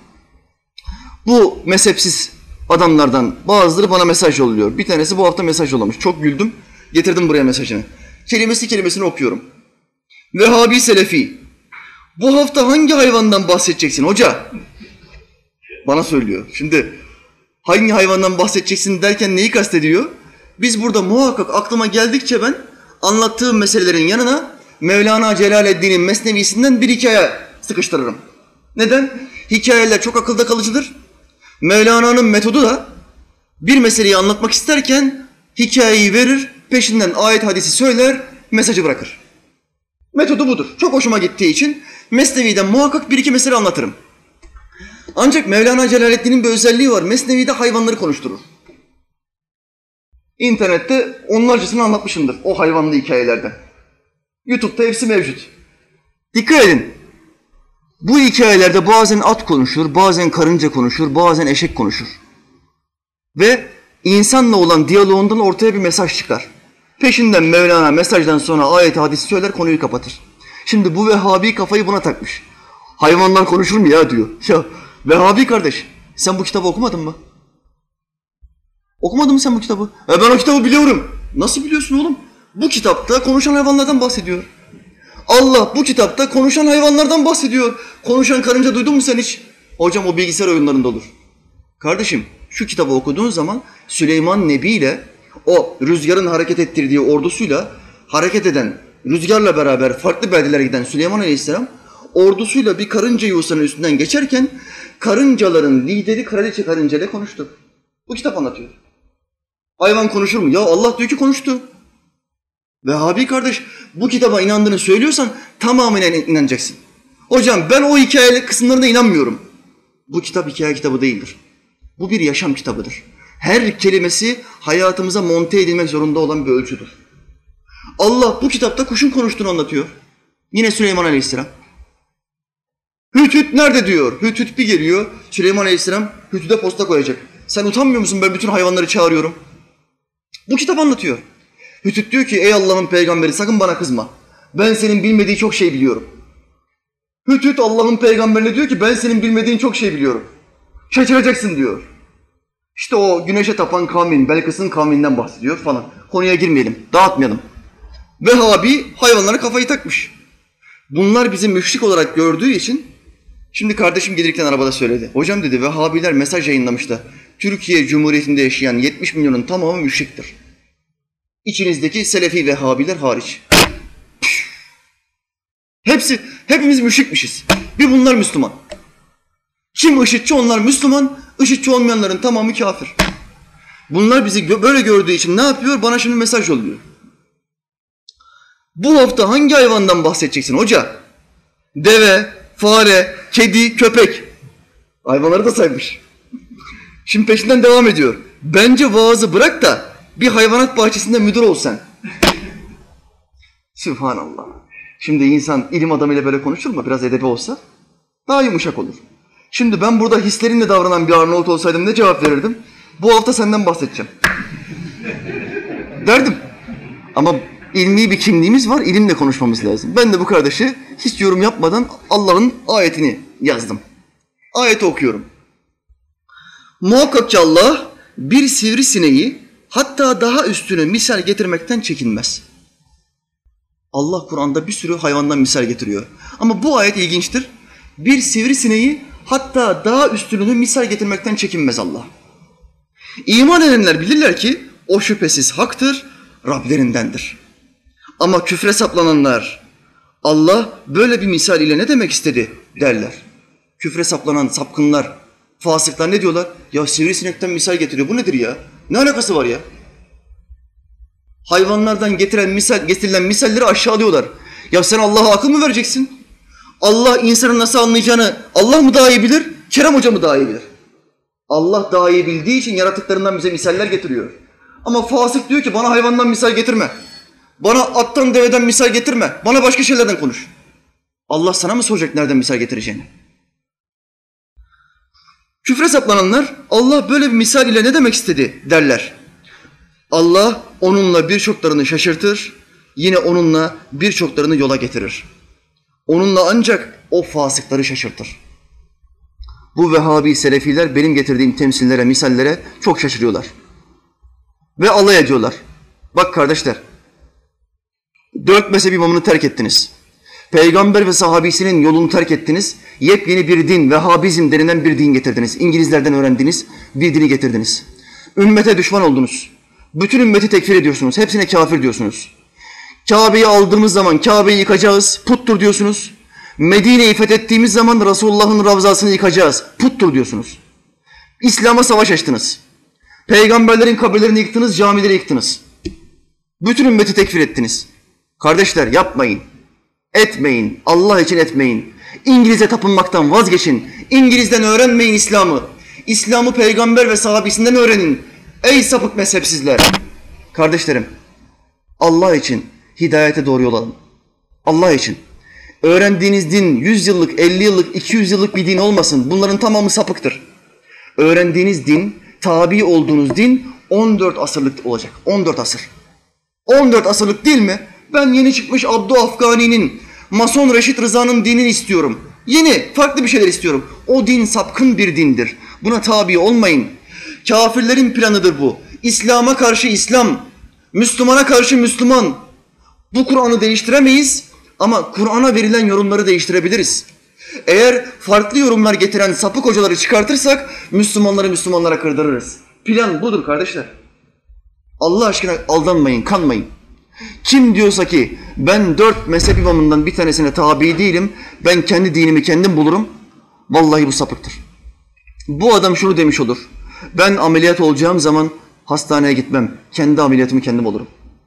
Bu mezhepsiz adamlardan bazıları bana mesaj yolluyor. Bir tanesi bu hafta mesaj yollamış. Çok güldüm. Getirdim buraya mesajını. Kelimesini okuyorum. Vehhabi Selefi. Bu hafta hangi hayvandan bahsedeceksin hoca? Bana söylüyor. Şimdi hangi hayvandan bahsedeceksin derken neyi kastediyor? Biz burada muhakkak aklıma geldikçe ben anlattığım meselelerin yanına Mevlana Celaleddin'in Mesnevisinden bir hikaye sıkıştırırım. Neden? Hikayeler çok akılda kalıcıdır. Mevlana'nın metodu da bir meseleyi anlatmak isterken hikayeyi verir, peşinden ayet hadisi söyler, mesajı bırakır. Metodu budur. Çok hoşuma gittiği için Mesnevi'den muhakkak bir iki mesele anlatırım. Ancak Mevlana Celaleddin'in bir özelliği var. Mesnevi'de hayvanları konuşturur. İnternette onlarcasını anlatmışımdır o hayvanlı hikayelerden. YouTube'da hepsi mevcut. Dikkat edin. Bu hikayelerde bazen at konuşur, bazen karınca konuşur, bazen eşek konuşur. Ve insanla olan diyaloğundan ortaya bir mesaj çıkar. Peşinden Mevlana mesajdan sonra ayet hadisi söyler, konuyu kapatır. Şimdi bu Vehhabi kafayı buna takmış. Hayvanlar konuşur mu ya diyor. Ya Vehhabi kardeş, sen bu kitabı okumadın mı? Okumadın mı sen bu kitabı? Ben o kitabı biliyorum. Nasıl biliyorsun oğlum? Bu kitapta konuşan hayvanlardan bahsediyor. Allah bu kitapta konuşan hayvanlardan bahsediyor. Konuşan karınca duydun mu sen hiç? Hocam o bilgisayar oyunlarında olur. Kardeşim şu kitabı okuduğun zaman Süleyman Nebi ile o rüzgarın hareket ettirdiği ordusuyla hareket eden, rüzgarla beraber farklı beldelere giden Süleyman Aleyhisselam ordusuyla bir karınca yuvasının üstünden geçerken karıncaların lideri kraliçe karınca ile konuştu. Bu kitap anlatıyor. Hayvan konuşur mu? Ya Allah diyor ki konuştu. Vehhabi kardeş bu kitaba inandığını söylüyorsan tamamıyla inanacaksın. Hocam ben o hikaye kısımlarına inanmıyorum. Bu kitap hikaye kitabı değildir. Bu bir yaşam kitabıdır. Her kelimesi hayatımıza monte edilmek zorunda olan bir ölçüdür. Allah bu kitapta kuşun konuştuğunu anlatıyor. Yine Süleyman Aleyhisselam. Hüt hüt nerede diyor. Hüt hüt bir geliyor. Süleyman Aleyhisselam hütüde posta koyacak. Sen utanmıyor musun ben bütün hayvanları çağırıyorum. Bu kitap anlatıyor. Hütüt diyor ki ey Allah'ın peygamberi sakın bana kızma. Ben senin bilmediği çok şey biliyorum. Hütüt Allah'ın peygamberine diyor ki ben senin bilmediğin çok şey biliyorum. Şaşıracaksın diyor. İşte o güneşe tapan kavmin, Belkıs'ın kavminden bahsediyor falan. Konuya girmeyelim, dağıtmayalım. Vehhabi hayvanlara kafayı takmış. Bunlar bizi müşrik olarak gördüğü için, şimdi kardeşim gelirken arabada söyledi. Hocam dedi Vehhabiler mesaj yayınlamış da Türkiye Cumhuriyeti'nde yaşayan 70 milyonun tamamı müşriktir. İçinizdeki Selefi Vehhabiler hariç. Hepimiz müşrikmişiz. Bir bunlar Müslüman. Kim IŞİD'çi onlar Müslüman, IŞİD'çi olmayanların tamamı kafir. Bunlar bizi böyle gördüğü için ne yapıyor? Bana şimdi mesaj yolluyor. Bu hafta hangi hayvandan bahsedeceksin hoca? Deve, fare, kedi, köpek. Hayvanları da saymış. Şimdi peşinden devam ediyor. Bence vaazı bırak da bir hayvanat bahçesinde müdür ol sen. Sübhanallah. Şimdi insan ilim adamıyla böyle konuşur mu? Biraz edebi olsa daha yumuşak olur. Şimdi ben burada hislerimle davranan bir Arnavut olsaydım ne cevap verirdim? Bu hafta senden bahsedeceğim. Derdim. Ama ilmi bir kimliğimiz var, ilimle konuşmamız lazım. Ben de bu kardeşe hiç yorum yapmadan Allah'ın ayetini yazdım. Ayeti okuyorum. Muhakkak ki Allah bir sivrisineği hatta daha üstüne misal getirmekten çekinmez. Allah Kur'an'da bir sürü hayvandan misal getiriyor. Ama bu ayet ilginçtir. Bir sivrisineği hatta daha üstününü misal getirmekten çekinmez Allah. İman edenler bilirler ki o şüphesiz haktır, Rablerindendir. Ama küfre saplananlar Allah böyle bir misal ile ne demek istedi derler. Küfre saplanan sapkınlar, fasıklar ne diyorlar? Ya sivrisinekten misal getiriyor. Bu nedir ya? Ne alakası var ya? Hayvanlardan getirilen misalleri aşağılıyorlar. Ya sen Allah'a akıl mı vereceksin? Allah insanın nasıl anlayacağını Allah mı daha iyi bilir? Kerem Hoca mı daha iyi bilir? Allah daha iyi bildiği için yaratıklarından bize misaller getiriyor. Ama fasık diyor ki bana hayvandan misal getirme. Bana attan deveden misal getirme. Bana başka şeylerden konuş. Allah sana mı soracak nereden misal getireceğini? Küfre saplananlar Allah böyle bir misal ile ne demek istedi derler. Allah onunla birçoklarını şaşırtır, yine onunla birçoklarını yola getirir. Onunla ancak o fasıkları şaşırtır. Bu Vehhabi Selefiler benim getirdiğim temsillere, misallere çok şaşırıyorlar. Ve alay ediyorlar. Bak kardeşler, 4 mezhep imamını terk ettiniz. Peygamber ve sahabisinin yolunu terk ettiniz. Yepyeni bir din, Vehhabizm denilen bir din getirdiniz. İngilizlerden öğrendiğiniz bir dini getirdiniz. Ümmete düşman oldunuz. Bütün ümmeti tekfir ediyorsunuz. Hepsine kafir diyorsunuz. Kabe'yi aldığımız zaman Kabe'yi yıkacağız, puttur diyorsunuz. Medine'yi fethettiğimiz zaman Resulullah'ın ravzasını yıkacağız, puttur diyorsunuz. İslam'a savaş açtınız. Peygamberlerin kabirlerini yıktınız, camileri yıktınız. Bütün ümmeti tekfir ettiniz. Kardeşler yapmayın. Etmeyin. Allah için etmeyin. İngiliz'e tapınmaktan vazgeçin. İngiliz'den öğrenmeyin İslam'ı. İslam'ı peygamber ve sahabisinden öğrenin. Ey sapık mezhepsizler. Kardeşlerim, Allah için hidayete doğru yol alın. Allah için. Öğrendiğiniz din 100 yıllık, 50 yıllık, 200 yıllık bir din olmasın. Bunların tamamı sapıktır. Öğrendiğiniz din, tabi olduğunuz din 14 asırlık olacak. 14 asır. 14 asırlık değil mi? Ben yeni çıkmış Abdü Afgani'nin, Mason Reşit Rıza'nın dinini istiyorum. Yeni, farklı bir şeyler istiyorum. O din sapkın bir dindir. Buna tabi olmayın. Kafirlerin planıdır bu. İslam'a karşı İslam, Müslümana karşı Müslüman. Bu Kur'an'ı değiştiremeyiz ama Kur'an'a verilen yorumları değiştirebiliriz. Eğer farklı yorumlar getiren sapık hocaları çıkartırsak Müslümanları Müslümanlara kırdırırız. Plan budur kardeşler. Allah aşkına aldanmayın, kanmayın. Kim diyorsa ki ben 4 mezhep imamından bir tanesine tabi değilim, ben kendi dinimi kendim bulurum, vallahi bu sapıktır. Bu adam şunu demiş olur, ben ameliyat olacağım zaman hastaneye gitmem, kendi ameliyatımı kendim olurum.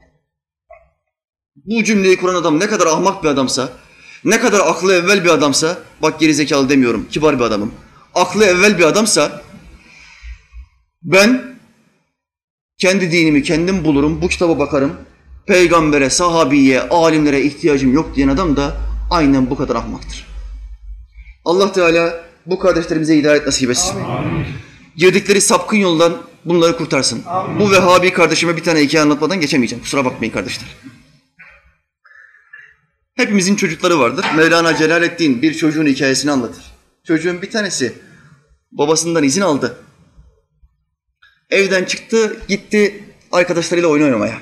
Bu cümleyi kuran adam ne kadar ahmak bir adamsa, ne kadar aklı evvel bir adamsa, bak gerizekalı demiyorum, kibar bir adamım, aklı evvel bir adamsa, ben kendi dinimi kendim bulurum, bu kitaba bakarım, peygambere, sahabiye, alimlere ihtiyacım yok diyen adam da aynen bu kadar ahmaktır. Allah Teala bu kardeşlerimize hidayet nasip etsin. Girdikleri sapkın yoldan bunları kurtarsın. Amin. Bu Vehhabi kardeşime bir tane hikaye anlatmadan geçemeyeceğim. Kusura bakmayın kardeşler. Hepimizin çocukları vardır. Mevlana Celaleddin bir çocuğun hikayesini anlatır. Çocuğun bir tanesi babasından izin aldı. Evden çıktı, gitti arkadaşlarıyla oyun oynamaya.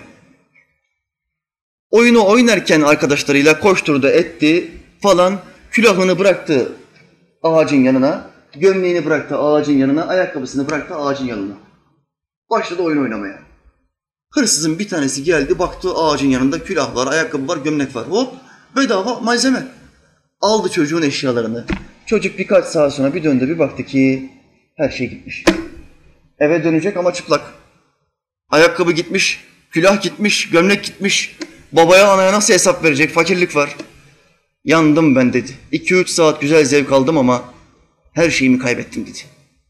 Oyunu oynarken arkadaşlarıyla koşturdu, etti falan. Külahını bıraktı ağacın yanına, gömleğini bıraktı ağacın yanına, ayakkabısını bıraktı ağacın yanına. Başladı oyun oynamaya. Hırsızın bir tanesi geldi, baktı ağacın yanında külah var, ayakkabı var, gömlek var. Hop, bedava malzeme. Aldı çocuğun eşyalarını. Çocuk birkaç saat sonra bir döndü, bir baktı ki her şey gitmiş. Eve dönecek ama çıplak. Ayakkabı gitmiş, külah gitmiş, gömlek gitmiş. Babaya, anaya nasıl hesap verecek? Fakirlik var. Yandım ben dedi. 2-3 saat güzel zevk aldım ama her şeyimi kaybettim dedi.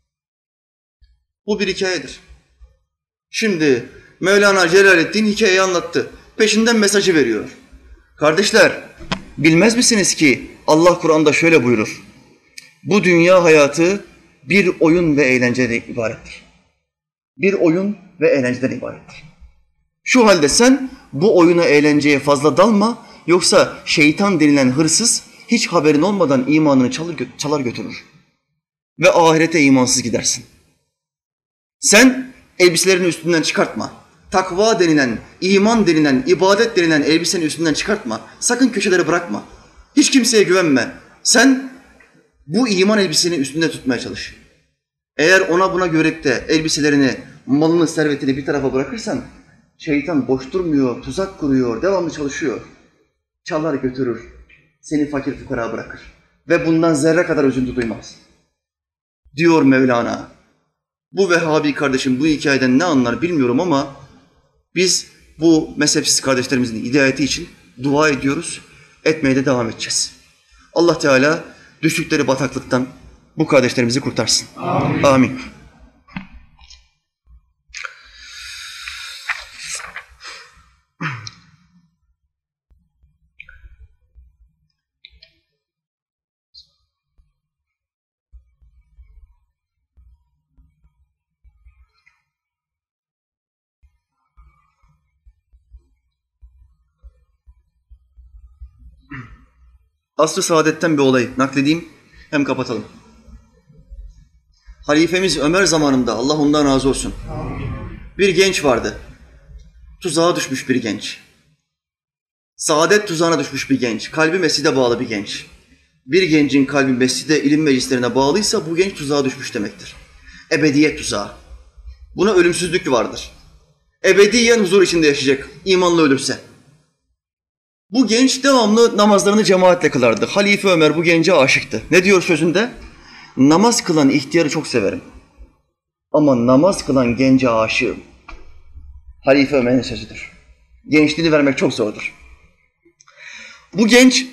Bu bir hikayedir. Şimdi Mevlana Celaleddin hikayeyi anlattı. Peşinden mesajı veriyor. Kardeşler, bilmez misiniz ki Allah Kur'an'da şöyle buyurur. Bu dünya hayatı bir oyun ve eğlenceden ibarettir. Bir oyun ve eğlenceden ibarettir. Şu halde sen bu oyuna, eğlenceye fazla dalma, yoksa şeytan denilen hırsız hiç haberin olmadan imanını çalar götürür. Ve ahirete imansız gidersin. Sen elbiselerini üstünden çıkartma. Takva denilen, iman denilen, ibadet denilen elbisenin üstünden çıkartma. Sakın köşeleri bırakma. Hiç kimseye güvenme. Sen bu iman elbiseni üstünde tutmaya çalış. Eğer ona buna görüp de elbiselerini, malını, servetini bir tarafa bırakırsan, şeytan boş durmuyor, tuzak kuruyor, devamlı çalışıyor. Çalar götürür, seni fakir fukara bırakır. Ve bundan zerre kadar üzüntü duymaz. Diyor Mevlana. Bu Vehhabi kardeşim bu hikayeden ne anlar bilmiyorum ama biz bu mezhepsiz kardeşlerimizin hidayeti için dua ediyoruz, etmeye de devam edeceğiz. Allah Teala düştükleri bataklıktan bu kardeşlerimizi kurtarsın. Amin. Amin. Asr-ı Saadet'ten bir olay nakledeyim, hem kapatalım. Halifemiz Ömer zamanında, Allah ondan razı olsun, bir genç vardı. Tuzağa düşmüş bir genç. Saadet tuzağına düşmüş bir genç. Kalbi mescide bağlı bir genç. Bir gencin kalbi mescide, ilim meclislerine bağlıysa bu genç tuzağa düşmüş demektir. Ebediyet tuzağı. Buna ölümsüzlük vardır. Ebediyen huzur içinde yaşayacak, imanlı ölürse. Bu genç devamlı namazlarını cemaatle kılardı. Halife Ömer bu gence aşıktı. Ne diyor sözünde? Namaz kılan ihtiyarı çok severim. Ama namaz kılan gence aşığım. Halife Ömer'in sözüdür. Gençliğini vermek çok zordur. Bu genç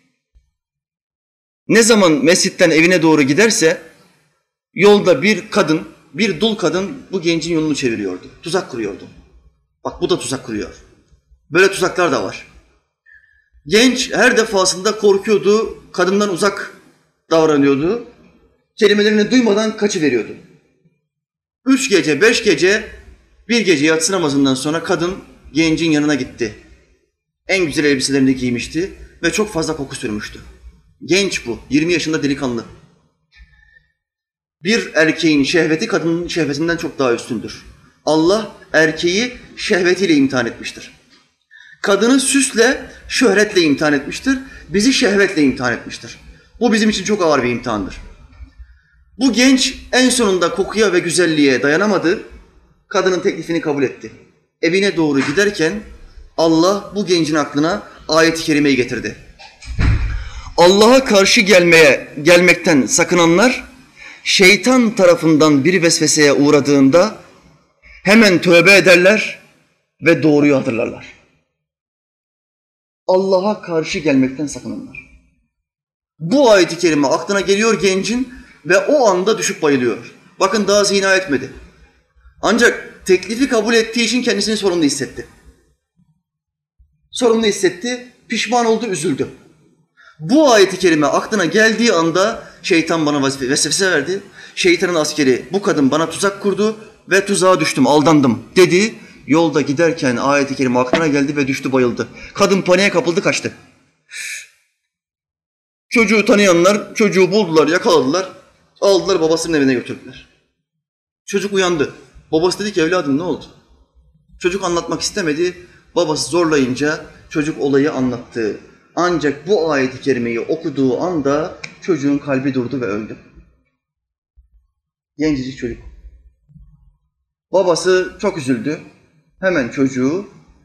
ne zaman mescitten evine doğru giderse yolda bir kadın, bir dul kadın bu gencin yolunu çeviriyordu. Tuzak kuruyordu. Bak bu da tuzak kuruyor. Böyle tuzaklar da var. Genç her defasında korkuyordu, kadından uzak davranıyordu. Kelimelerini duymadan kaçıveriyordu. 3 gece, 5 gece, bir gece yatsı namazından sonra kadın gencin yanına gitti. En güzel elbiselerini giymişti ve çok fazla koku sürmüştü. Genç bu, 20 yaşında delikanlı. Bir erkeğin şehveti kadının şehvetinden çok daha üstündür. Allah erkeği şehvetiyle imtihan etmiştir. Kadını süsle, şöhretle imtihan etmiştir. Bizi şehvetle imtihan etmiştir. Bu bizim için çok ağır bir imtihandır. Bu genç en sonunda kokuya ve güzelliğe dayanamadı. Kadının teklifini kabul etti. Evine doğru giderken Allah bu gencin aklına ayet-i kerimeyi getirdi. Allah'a karşı gelmekten sakınanlar şeytan tarafından bir vesveseye uğradığında hemen tövbe ederler ve doğruyu hatırlarlar. Allah'a karşı gelmekten sakınanlar. Bu ayet-i kerime aklına geliyor gencin ve o anda düşüp bayılıyor. Bakın daha zina etmedi. Ancak teklifi kabul ettiği için kendisini sorumlu hissetti. Sorumlu hissetti, pişman oldu, üzüldü. Bu ayet-i kerime aklına geldiği anda şeytan bana vesvese verdi. Şeytanın askeri bu kadın bana tuzak kurdu ve tuzağa düştüm, aldandım dedi. Yolda giderken ayet-i kerime aklına geldi ve düştü, bayıldı. Kadın paniğe kapıldı, kaçtı. Çocuğu tanıyanlar çocuğu buldular, yakaladılar, aldılar babasının evine götürdüler. Çocuk uyandı. Babası dedi ki evladım ne oldu? Çocuk anlatmak istemedi. Babası zorlayınca çocuk olayı anlattı. Ancak bu ayet-i kerimeyi okuduğu anda çocuğun kalbi durdu ve öldü. Gencecik çocuk. Babası çok üzüldü. Hemen çocuğu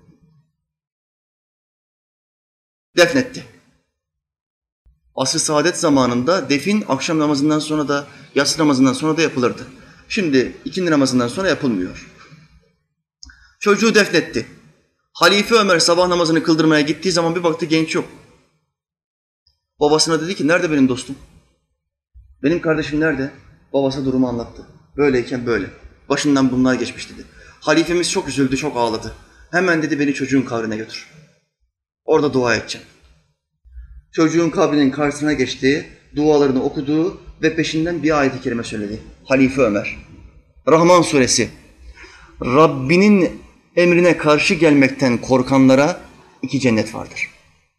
defnetti. Asr-ı saadet zamanında defin akşam namazından sonra da yatsı namazından sonra da yapılırdı. Şimdi ikindi namazından sonra yapılmıyor. Çocuğu defnetti. Halife Ömer sabah namazını kıldırmaya gittiği zaman bir baktı genç yok. Babasına dedi ki nerede benim dostum? Benim kardeşim nerede? Babası durumu anlattı. Böyleyken böyle. Başından bunlar geçmiş dedi. Halifemiz çok üzüldü, çok ağladı. Hemen dedi beni çocuğun kabrine götür. Orada dua edeceğim. Çocuğun kabrinin karşısına geçti, dualarını okudu ve peşinden bir ayet-i kerime söyledi. Halife Ömer. Rahman suresi. Rabbinin emrine karşı gelmekten korkanlara 2 cennet vardır.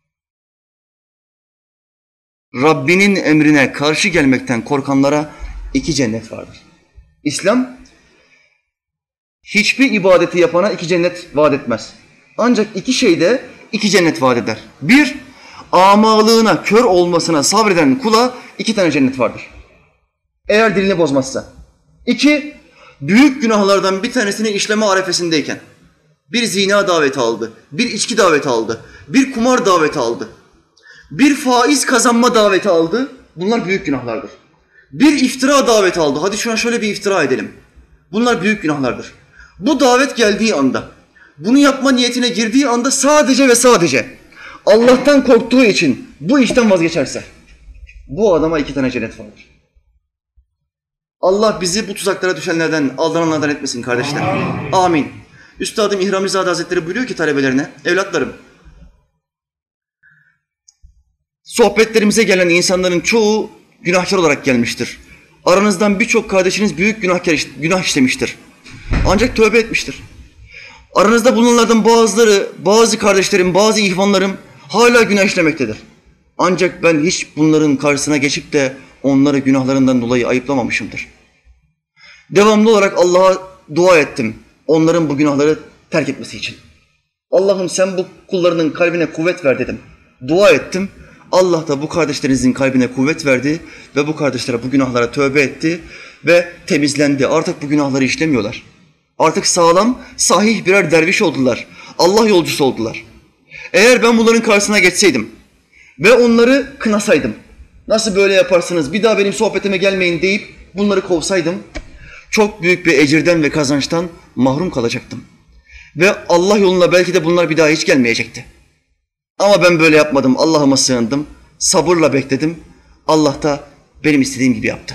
Rabbinin emrine karşı gelmekten korkanlara 2 cennet vardır. İslam hiçbir ibadeti yapana 2 cennet vaat etmez. Ancak 2 şeyde 2 cennet vaat eder. 1, amalığına, kör olmasına sabreden kula 2 tane cennet vardır. Eğer dilini bozmazsa. 2, büyük günahlardan bir tanesini işleme arefesindeyken bir zina daveti aldı, bir içki daveti aldı, bir kumar daveti aldı, bir faiz kazanma daveti aldı. Bunlar büyük günahlardır. Bir iftira daveti aldı. Hadi şu an şöyle bir iftira edelim. Bunlar büyük günahlardır. Bu davet geldiği anda, bunu yapma niyetine girdiği anda sadece ve sadece Allah'tan korktuğu için bu işten vazgeçerse bu adama 2 tane cennet vardır. Allah bizi bu tuzaklara düşenlerden, aldananlardan etmesin kardeşler. Amin. Amin. Üstadım İhram-ı Hazretleri buyuruyor ki talebelerine, evlatlarım, sohbetlerimize gelen insanların çoğu günahkar olarak gelmiştir. Aranızdan birçok kardeşiniz büyük günah işlemiştir. Ancak tövbe etmiştir. Aranızda bulunanlardan bazıları, bazı kardeşlerim, bazı ihvanlarım hala günah işlemektedir. Ancak ben hiç bunların karşısına geçip de onları günahlarından dolayı ayıplamamışımdır. Devamlı olarak Allah'a dua ettim onların bu günahları terk etmesi için. Allah'ım sen bu kullarının kalbine kuvvet ver dedim. Dua ettim. Allah da bu kardeşlerinizin kalbine kuvvet verdi ve bu kardeşlere bu günahlara tövbe etti ve temizlendi. Artık bu günahları işlemiyorlar. Artık sağlam, sahih birer derviş oldular. Allah yolcusu oldular. Eğer ben bunların karşısına geçseydim ve onları kınasaydım, nasıl böyle yaparsınız, bir daha benim sohbetime gelmeyin deyip bunları kovsaydım, çok büyük bir ecirden ve kazançtan mahrum kalacaktım. Ve Allah yoluna belki de bunlar bir daha hiç gelmeyecekti. Ama ben böyle yapmadım, Allah'ıma sığındım, sabırla bekledim. Allah da benim istediğim gibi yaptı.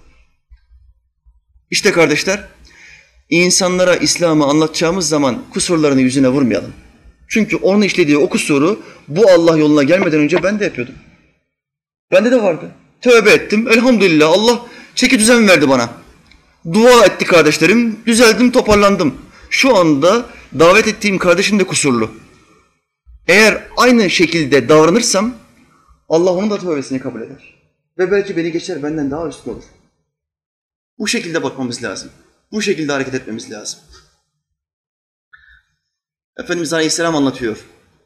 İşte kardeşler, insanlara İslam'ı anlatacağımız zaman kusurlarını yüzüne vurmayalım. Çünkü onun işlediği o kusuru bu Allah yoluna gelmeden önce ben de yapıyordum. Bende de vardı. Tövbe ettim, elhamdülillah Allah çeki düzen verdi bana. Dua etti kardeşlerim, düzeldim, toparlandım. Şu anda davet ettiğim kardeşim de kusurlu. Eğer aynı şekilde davranırsam Allah onun da tövbesini kabul eder. Ve belki beni geçer, benden daha üstün olur. Bu şekilde bakmamız lazım. Bu şekilde hareket etmemiz lazım. Efendimiz Aleyhisselam anlatıyor.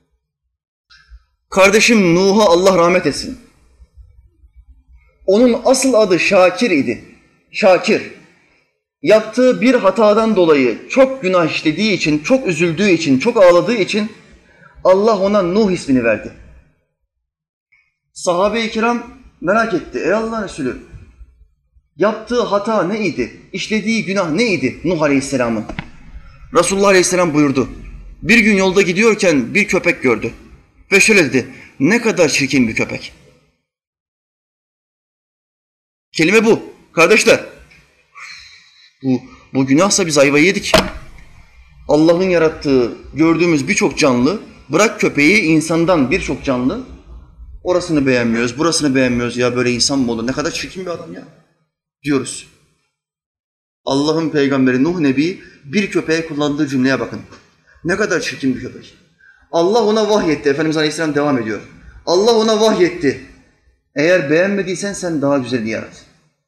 Kardeşim Nuh'a Allah rahmet etsin. Onun asıl adı Şakir idi. Şakir. Yaptığı bir hatadan dolayı çok günah işlediği için, çok üzüldüğü için, çok ağladığı için Allah ona Nuh ismini verdi. Sahabe-i kiram merak etti. Ey Allah Resulü, yaptığı hata neydi? İşlediği günah neydi Nuh Aleyhisselam'ın? Resulullah Aleyhisselam buyurdu. Bir gün yolda gidiyorken bir köpek gördü. Ve şöyle dedi, ne kadar çirkin bir köpek. Kelime bu. Kardeşler, bu günahsa biz ayvayı yedik. Allah'ın yarattığı, gördüğümüz birçok canlı, bırak köpeği, insandan birçok canlı, orasını beğenmiyoruz, burasını beğenmiyoruz. Ya böyle insan mı olur? Ne kadar çirkin bir adam ya diyoruz. Allah'ın peygamberi Nuh Nebi bir köpeğe kullandığı cümleye bakın. Ne kadar çirkin bir köpek. Allah ona vahyetti. Efendimiz Aleyhisselam devam ediyor. Allah ona vahyetti. Eğer beğenmediysen sen daha güzelini yarat.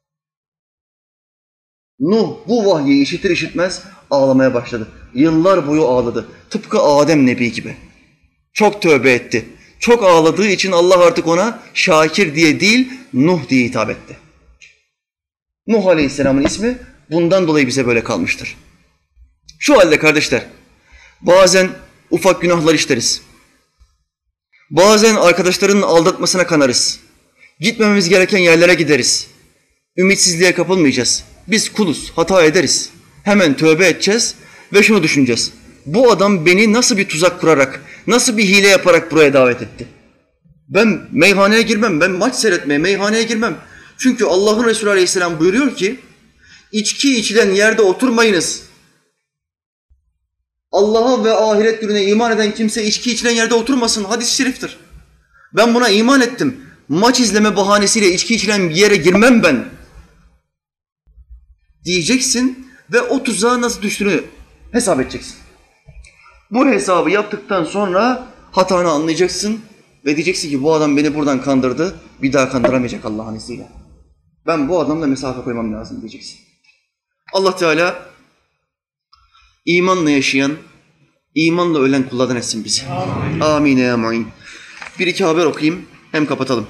Nuh bu vahyi işitir işitmez ağlamaya başladı. Yıllar boyu ağladı. Tıpkı Adem Nebi gibi. Çok tövbe etti. Çok ağladığı için Allah artık ona Şakir diye değil, Nuh diye hitap etti. Nuh Aleyhisselam'ın ismi bundan dolayı bize böyle kalmıştır. Şu halde kardeşler, bazen ufak günahlar işleriz. Bazen arkadaşlarının aldatmasına kanarız. Gitmememiz gereken yerlere gideriz. Ümitsizliğe kapılmayacağız. Biz kuluz, hata ederiz. Hemen tövbe edeceğiz ve şunu düşüneceğiz. Bu adam beni nasıl bir tuzak kurarak, nasıl bir hile yaparak buraya davet etti? Ben meyhaneye girmem, ben maç seyretmeye, meyhaneye girmem. Çünkü Allah'ın Resulü Aleyhisselam buyuruyor ki, içki içilen yerde oturmayınız. Allah'a ve ahiret gününe iman eden kimse içki içilen yerde oturmasın. Hadis-i şeriftir. Ben buna iman ettim. Maç izleme bahanesiyle içki içilen bir yere girmem ben. Diyeceksin ve o tuzağa nasıl düştüğünü hesap edeceksin. Bu hesabı yaptıktan sonra hatanı anlayacaksın ve diyeceksin ki bu adam beni buradan kandırdı, bir daha kandıramayacak Allah'ın izniyle. Ben bu adamla mesafe koymam lazım diyeceksin. Allah Teala imanla yaşayan, imanla ölen kullardan etsin bizi. Amin. Amin ya mu'in. Bir iki haber okuyayım, hem kapatalım.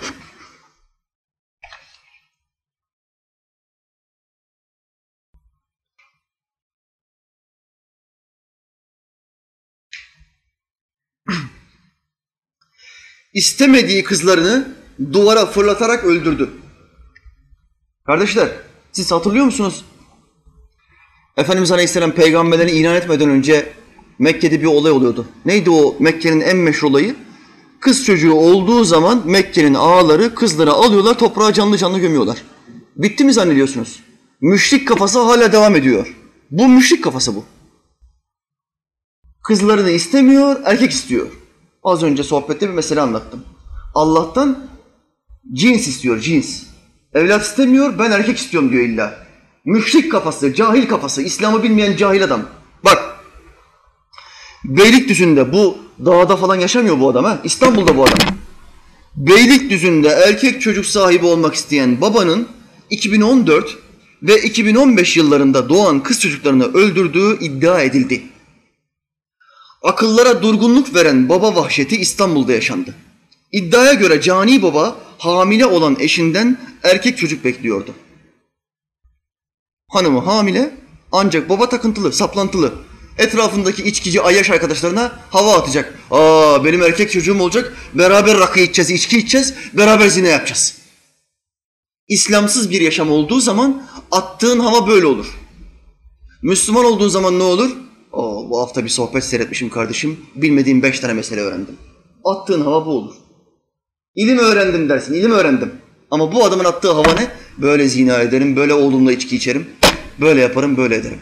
İstemediği kızlarını duvara fırlatarak öldürdü. Kardeşler, siz hatırlıyor musunuz? Efendimiz Aleyhisselam peygamberlerini ilan etmeden önce Mekke'de bir olay oluyordu. Neydi o Mekke'nin en meşhur olayı? Kız çocuğu olduğu zaman Mekke'nin ağaları kızları alıyorlar, toprağa canlı canlı gömüyorlar. Bitti mi zannediyorsunuz? Müşrik kafası hala devam ediyor. Bu müşrik kafası bu. Kızlarını istemiyor, erkek istiyor. Az önce sohbette bir mesele anlattım. Allah'tan cins istiyor, cins. Evlat istemiyor, ben erkek istiyorum diyor illa. Müşrik kafası, cahil kafası, İslam'ı bilmeyen cahil adam. Bak, Beylikdüzü'nde bu dağda falan yaşamıyor bu adam ha. İstanbul'da bu adam. Beylikdüzü'nde erkek çocuk sahibi olmak isteyen babanın 2014 ve 2015 yıllarında doğan kız çocuklarını öldürdüğü iddia edildi. Akıllara durgunluk veren baba vahşeti İstanbul'da yaşandı. İddiaya göre cani baba hamile olan eşinden erkek çocuk bekliyordu. Hanımı hamile ancak baba takıntılı, saplantılı. Etrafındaki içkici ayyaş arkadaşlarına hava atacak. Benim erkek çocuğum olacak, beraber rakı içeceğiz, içki içeceğiz, beraber zina yapacağız. İslamsız bir yaşam olduğu zaman attığın hava böyle olur. Müslüman olduğun zaman ne olur? Bu hafta bir sohbet seyretmişim kardeşim, bilmediğim 5 tane mesele öğrendim. Attığın hava bu olur. İlim öğrendim dersin, ilim öğrendim. Ama bu adamın attığı hava ne? Böyle zina ederim, böyle oğlumla içki içerim, böyle yaparım, böyle ederim.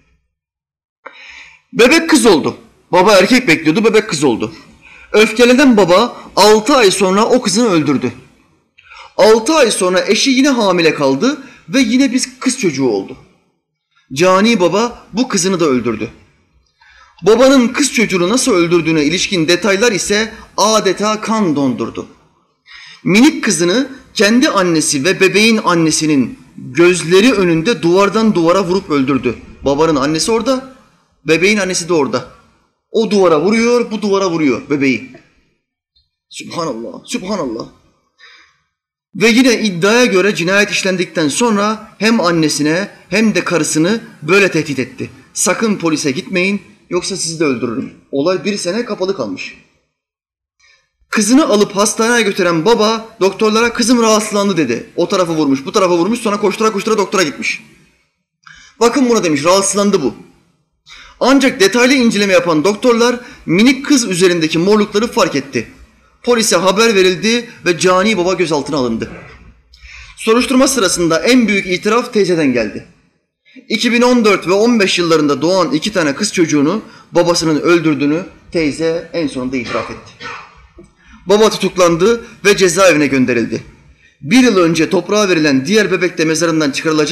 Bebek kız oldu. Baba erkek bekliyordu, bebek kız oldu. Öfkelenen baba 6 ay sonra o kızını öldürdü. 6 ay sonra eşi yine hamile kaldı ve yine bir kız çocuğu oldu. Cani baba bu kızını da öldürdü. Babanın kız çocuğunu nasıl öldürdüğüne ilişkin detaylar ise adeta kan dondurdu. Minik kızını kendi annesi ve bebeğin annesinin gözleri önünde duvardan duvara vurup öldürdü. Babanın annesi orada, bebeğin annesi de orada. O duvara vuruyor, bu duvara vuruyor bebeği. Sübhanallah, Sübhanallah. Ve yine iddiaya göre cinayet işlendikten sonra hem annesine hem de karısını böyle tehdit etti. Sakın polise gitmeyin yoksa sizi de öldürürüm. Olay 1 sene kapalı kalmış. Kızını alıp hastaneye götüren baba doktorlara kızım rahatsızlandı dedi. O tarafı vurmuş, bu tarafı vurmuş, sonra koştura koştura doktora gitmiş. Bakın buna demiş, rahatsızlandı bu. Ancak detaylı inceleme yapan doktorlar minik kız üzerindeki morlukları fark etti. Polise haber verildi ve cani baba gözaltına alındı. Soruşturma sırasında en büyük itiraf teyzeden geldi. 2014 ve 15 yıllarında doğan 2 tane kız çocuğunu babasının öldürdüğünü teyze en sonunda itiraf etti. Baba tutuklandı ve cezaevine gönderildi. 1 yıl önce toprağa verilen diğer bebek de mezarından çıkarılacak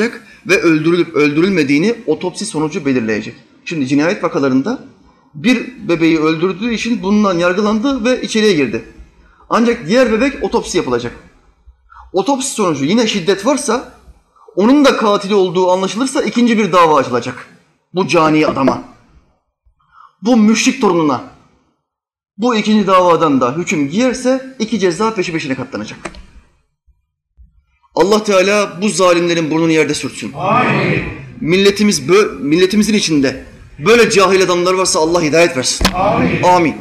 ve öldürülüp öldürülmediğini otopsi sonucu belirleyecek. Şimdi cinayet vakalarında bir bebeği öldürdüğü için bundan yargılandı ve içeriye girdi. Ancak diğer bebek otopsi yapılacak. Otopsi sonucu yine şiddet varsa, onun da katili olduğu anlaşılırsa ikinci bir dava açılacak. Bu cani adama, bu müşrik torununa, bu ikinci davadan da hüküm giyerse iki ceza peşi peşine katlanacak. Allah Teala bu zalimlerin burnunu yerde sürtsün. Amin. Milletimizin içinde böyle cahil adamlar varsa Allah hidayet versin. Amin. Amin.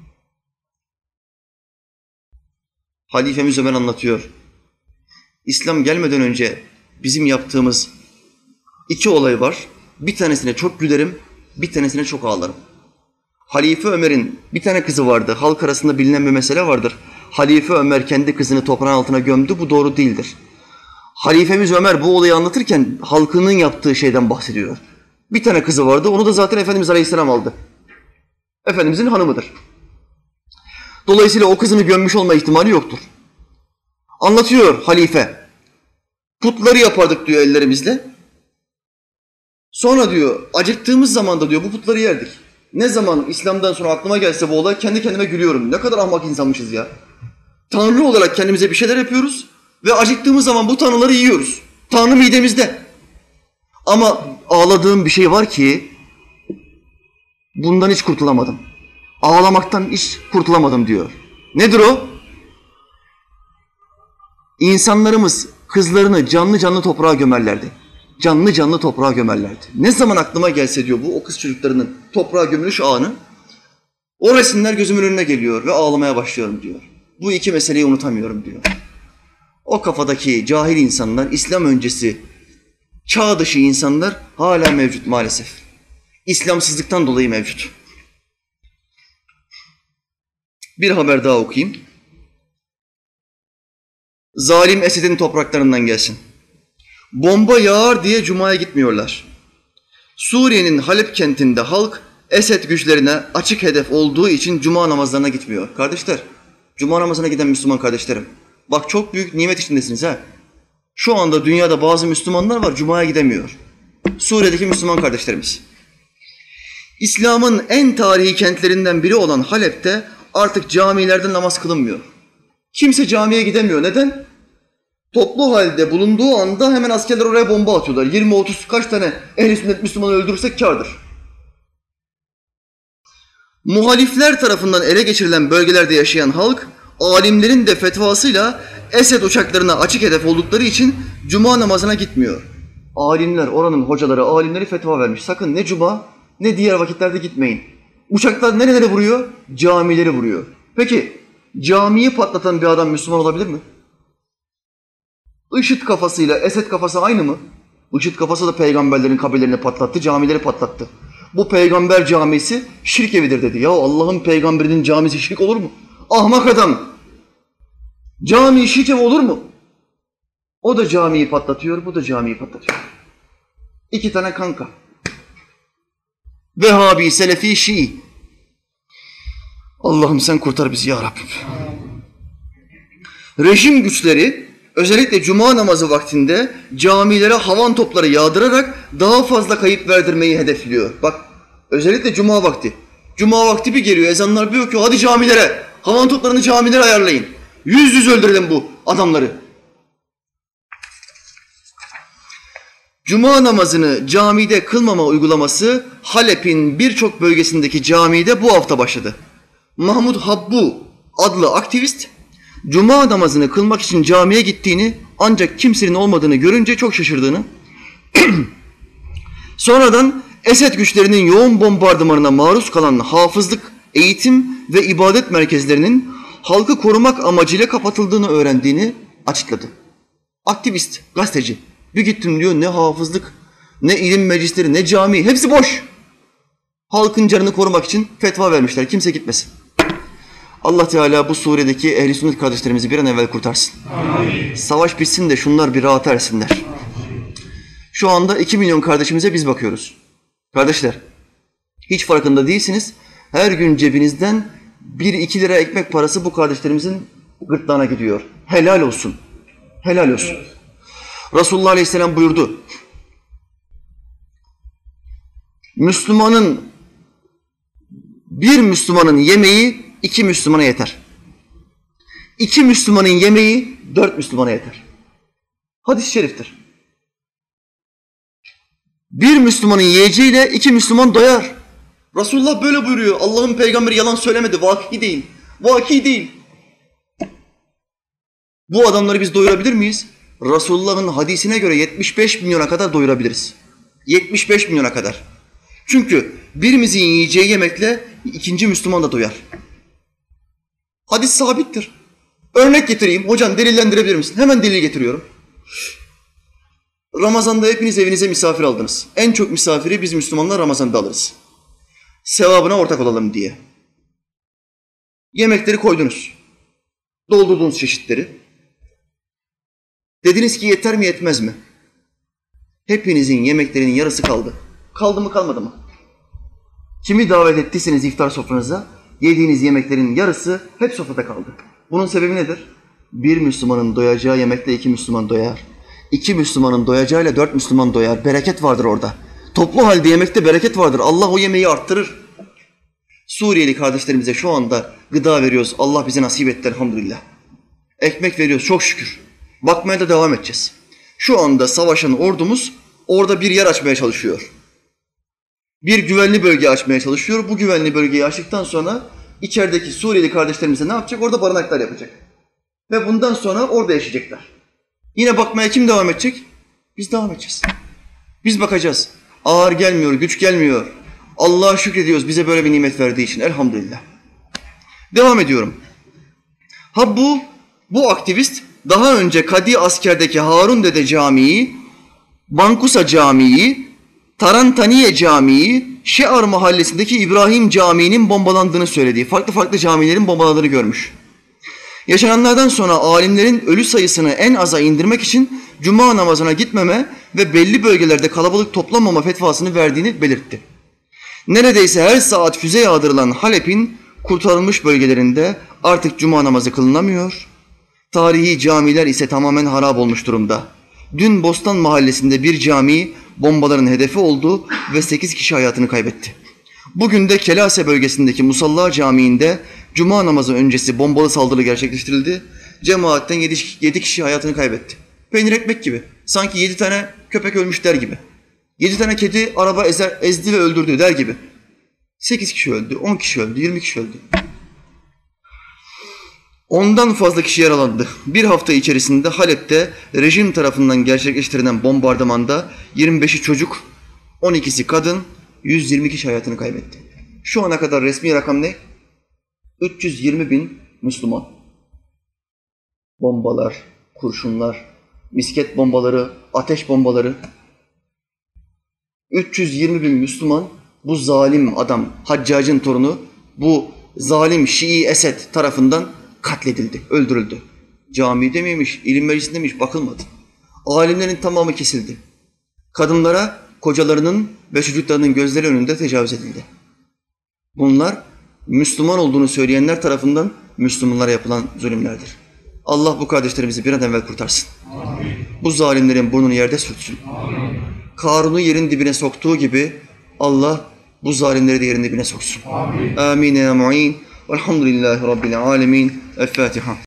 Halifemiz Ömer anlatıyor. İslam gelmeden önce bizim yaptığımız iki olay var. Bir tanesine çok gülerim, bir tanesine çok ağlarım. Halife Ömer'in bir tane kızı vardı. Halk arasında bilinen bir mesele vardır. Halife Ömer kendi kızını toprağın altına gömdü. Bu doğru değildir. Halifemiz Ömer bu olayı anlatırken halkının yaptığı şeyden bahsediyor. Bir tane kızı vardı. Onu da zaten Efendimiz Aleyhisselam aldı. Efendimizin hanımıdır. Dolayısıyla o kızını gömmüş olma ihtimali yoktur. Anlatıyor halife. Putları yapardık diyor ellerimizle. Sonra diyor acıktığımız zaman da diyor bu putları yerdik. Ne zaman İslam'dan sonra aklıma gelse bu olay kendi kendime gülüyorum. Ne kadar ahmak insanmışız ya. Tanrı olarak kendimize bir şeyler yapıyoruz ve acıktığımız zaman bu tanrıları yiyoruz. Tanrı midemizde. Ama ağladığım bir şey var ki bundan hiç kurtulamadım. Ağlamaktan hiç kurtulamadım diyor. Nedir o? İnsanlarımız kızlarını canlı canlı toprağa gömerlerdi. Canlı canlı toprağa gömerlerdi. Ne zaman aklıma gelse diyor bu o kız çocuklarının toprağa gömülüş anı, o resimler gözümün önüne geliyor ve ağlamaya başlıyorum diyor. Bu iki meseleyi unutamıyorum diyor. O kafadaki cahil insanlar, İslam öncesi, çağ dışı insanlar hala mevcut maalesef. İslamsızlıktan dolayı mevcut. Bir haber daha okuyayım. Zalim Esed'in topraklarından gelsin. Bomba yağar diye Cuma'ya gitmiyorlar. Suriye'nin Halep kentinde halk Esed güçlerine açık hedef olduğu için Cuma namazlarına gitmiyor. Kardeşler, Cuma namazına giden Müslüman kardeşlerim, bak çok büyük nimet içindesiniz ha. Şu anda dünyada bazı Müslümanlar var, Cuma'ya gidemiyor. Suriye'deki Müslüman kardeşlerimiz. İslam'ın en tarihi kentlerinden biri olan Halep'te artık camilerde namaz kılınmıyor. Kimse camiye gidemiyor. Neden? Toplu halde bulunduğu anda hemen askerler oraya bomba atıyorlar. 20-30 kaç tane ehl-i sünnet Müslümanı öldürürsek kârdır. Muhalifler tarafından ele geçirilen bölgelerde yaşayan halk, alimlerin de fetvasıyla Esed uçaklarına açık hedef oldukları için Cuma namazına gitmiyor. Alimler, oranın hocaları, alimleri fetva vermiş. Sakın ne Cuma ne diğer vakitlerde gitmeyin. Uçaklar nereleri vuruyor? Camileri vuruyor. Peki camiyi patlatan bir adam Müslüman olabilir mi? IŞİD kafasıyla Esed kafası aynı mı? IŞİD kafası da peygamberlerin kabirlerini patlattı, camileri patlattı. Bu peygamber camisi şirk evidir dedi. Ya Allah'ın peygamberinin camisi şirk olur mu? Ahmak adam! Cami şirk evi olur mu? O da camiyi patlatıyor, bu da camiyi patlatıyor. İki tane kanka. Vehhabi, Selefi, Şii. Allah'ım sen kurtar bizi ya Rabbim. Rejim güçleri özellikle Cuma namazı vaktinde camilere havan topları yağdırarak daha fazla kayıp verdirmeyi hedefliyor. Bak özellikle Cuma vakti. Cuma vakti bir geliyor, ezanlar bir okuyor. Hadi camilere, havan toplarını camilere ayarlayın. Yüz yüz öldürelim bu adamları. Cuma namazını camide kılmama uygulaması Halep'in birçok bölgesindeki camide bu hafta başladı. Mahmud Habbu adlı aktivist, Cuma namazını kılmak için camiye gittiğini ancak kimsenin olmadığını görünce çok şaşırdığını, sonradan Esed güçlerinin yoğun bombardımanına maruz kalan hafızlık, eğitim ve ibadet merkezlerinin halkı korumak amacıyla kapatıldığını öğrendiğini açıkladı. Aktivist, gazeteci. Bir gittim diyor ne hafızlık, ne ilim meclisleri, ne cami, hepsi boş. Halkın canını korumak için fetva vermişler, kimse gitmesin. Allah Teala bu suredeki ehl-i sünnet kardeşlerimizi bir an evvel kurtarsın. Amin. Savaş bitsin de şunlar bir rahat ersinler. Şu anda 2 milyon kardeşimize biz bakıyoruz. Kardeşler, hiç farkında değilsiniz. Her gün cebinizden 1-2 lira ekmek parası bu kardeşlerimizin gırtlağına gidiyor. Helal olsun. Helal olsun. Resulullah Aleyhisselam buyurdu. Bir Müslümanın yemeği 2 Müslümana yeter. 2 Müslümanın yemeği 4 Müslümana yeter. Hadis-i şeriftir. Bir Müslümanın yiyeceğiyle 2 Müslüman doyar. Resulullah böyle buyuruyor. Allah'ın peygamberi yalan söylemedi. Vaki değil. Vaki değil. Bu adamları biz doyurabilir miyiz? Resulullah'ın hadisine göre 75 milyona kadar doyurabiliriz. 75 milyona kadar. Çünkü birimizin yiyeceği yemekle 2. Müslüman da doyar. Hadis sabittir. Örnek getireyim. Hocam delillendirebilir misin? Hemen delil getiriyorum. Ramazan'da hepiniz evinize misafir aldınız. En çok misafiri biz Müslümanlar Ramazan'da alırız. Sevabına ortak olalım diye. Yemekleri koydunuz. Doldurduğunuz çeşitleri. Dediniz ki yeter mi yetmez mi? Hepinizin yemeklerinin yarısı kaldı. Kaldı mı kalmadı mı? Kimi davet ettiyseniz iftar sofranıza, yediğiniz yemeklerin yarısı hep sofrada kaldı. Bunun sebebi nedir? Bir Müslümanın doyacağı yemekle 2 Müslüman doyar. 2 Müslümanın doyacağıyla 4 Müslüman doyar. Bereket vardır orada. Toplu halde yemekte bereket vardır. Allah o yemeği arttırır. Suriyeli kardeşlerimize şu anda gıda veriyoruz. Allah bize nasip etti elhamdülillah. Ekmek veriyoruz çok şükür. Bakmaya da devam edeceğiz. Şu anda savaşan ordumuz orada bir yer açmaya çalışıyor. Bir güvenli bölge açmaya çalışıyor. Bu güvenli bölgeyi açtıktan sonra içerideki Suriyeli kardeşlerimize ne yapacak? Orada barınaklar yapacak. Ve bundan sonra orada yaşayacaklar. Yine bakmaya kim devam edecek? Biz devam edeceğiz. Biz bakacağız. Ağır gelmiyor, güç gelmiyor. Allah'a şükrediyoruz bize böyle bir nimet verdiği için. Elhamdülillah. Devam ediyorum. Bu aktivist daha önce Kadi Asker'deki Harun Dede Camii, Bankusa Camii, Tarantaniye Camii, Şear Mahallesi'ndeki İbrahim Camii'nin bombalandığını söylediği, farklı camilerin bombalandığını görmüş. Yaşananlardan sonra alimlerin ölü sayısını en aza indirmek için cuma namazına gitmeme ve belli bölgelerde kalabalık toplanmama fetvasını verdiğini belirtti. Neredeyse her saat füze yağdırılan Halep'in kurtarılmış bölgelerinde artık cuma namazı kılınamıyor. Tarihi camiler ise tamamen harap olmuş durumda. Dün Bostan Mahallesi'nde bir cami bombaların hedefi oldu ve 8 kişi hayatını kaybetti. Bugün de Kelase bölgesindeki Musalla Camii'nde cuma namazı öncesi bombalı saldırı gerçekleştirildi. Cemaatten 7 kişi hayatını kaybetti. Peynir ekmek gibi. Sanki 7 tane köpek ölmüş der gibi. 7 tane kedi araba ezdi ve öldürdü der gibi. 8 kişi öldü, 10 kişi öldü, 20 kişi öldü. 10'dan fazla kişi yaralandı. Bir hafta içerisinde Halep'te rejim tarafından gerçekleştirilen bombardımanda 25'i çocuk, 12'si kadın, 120 kişi hayatını kaybetti. Şu ana kadar resmi rakam ne? 320 bin Müslüman. Bombalar, kurşunlar, misket bombaları, ateş bombaları. 320 bin Müslüman bu zalim adam, Haccac'ın torunu, bu zalim Şii Esed tarafından katledildi, öldürüldü. Camide miymiş, ilim meclisinde miymiş bakılmadı. Alimlerin tamamı kesildi. Kadınlara kocalarının ve çocuklarının gözleri önünde tecavüz edildi. Bunlar Müslüman olduğunu söyleyenler tarafından Müslümanlara yapılan zulümlerdir. Allah bu kardeşlerimizi bir an evvel kurtarsın. Amin. Bu zalimlerin burnunu yerde sürtsün. Amin. Karun'u yerin dibine soktuğu gibi Allah bu zalimleri de yerin dibine soksun. Amin. Amin ya mu'in. Velhamdülillahi Rabbil alemin. El Fatiha.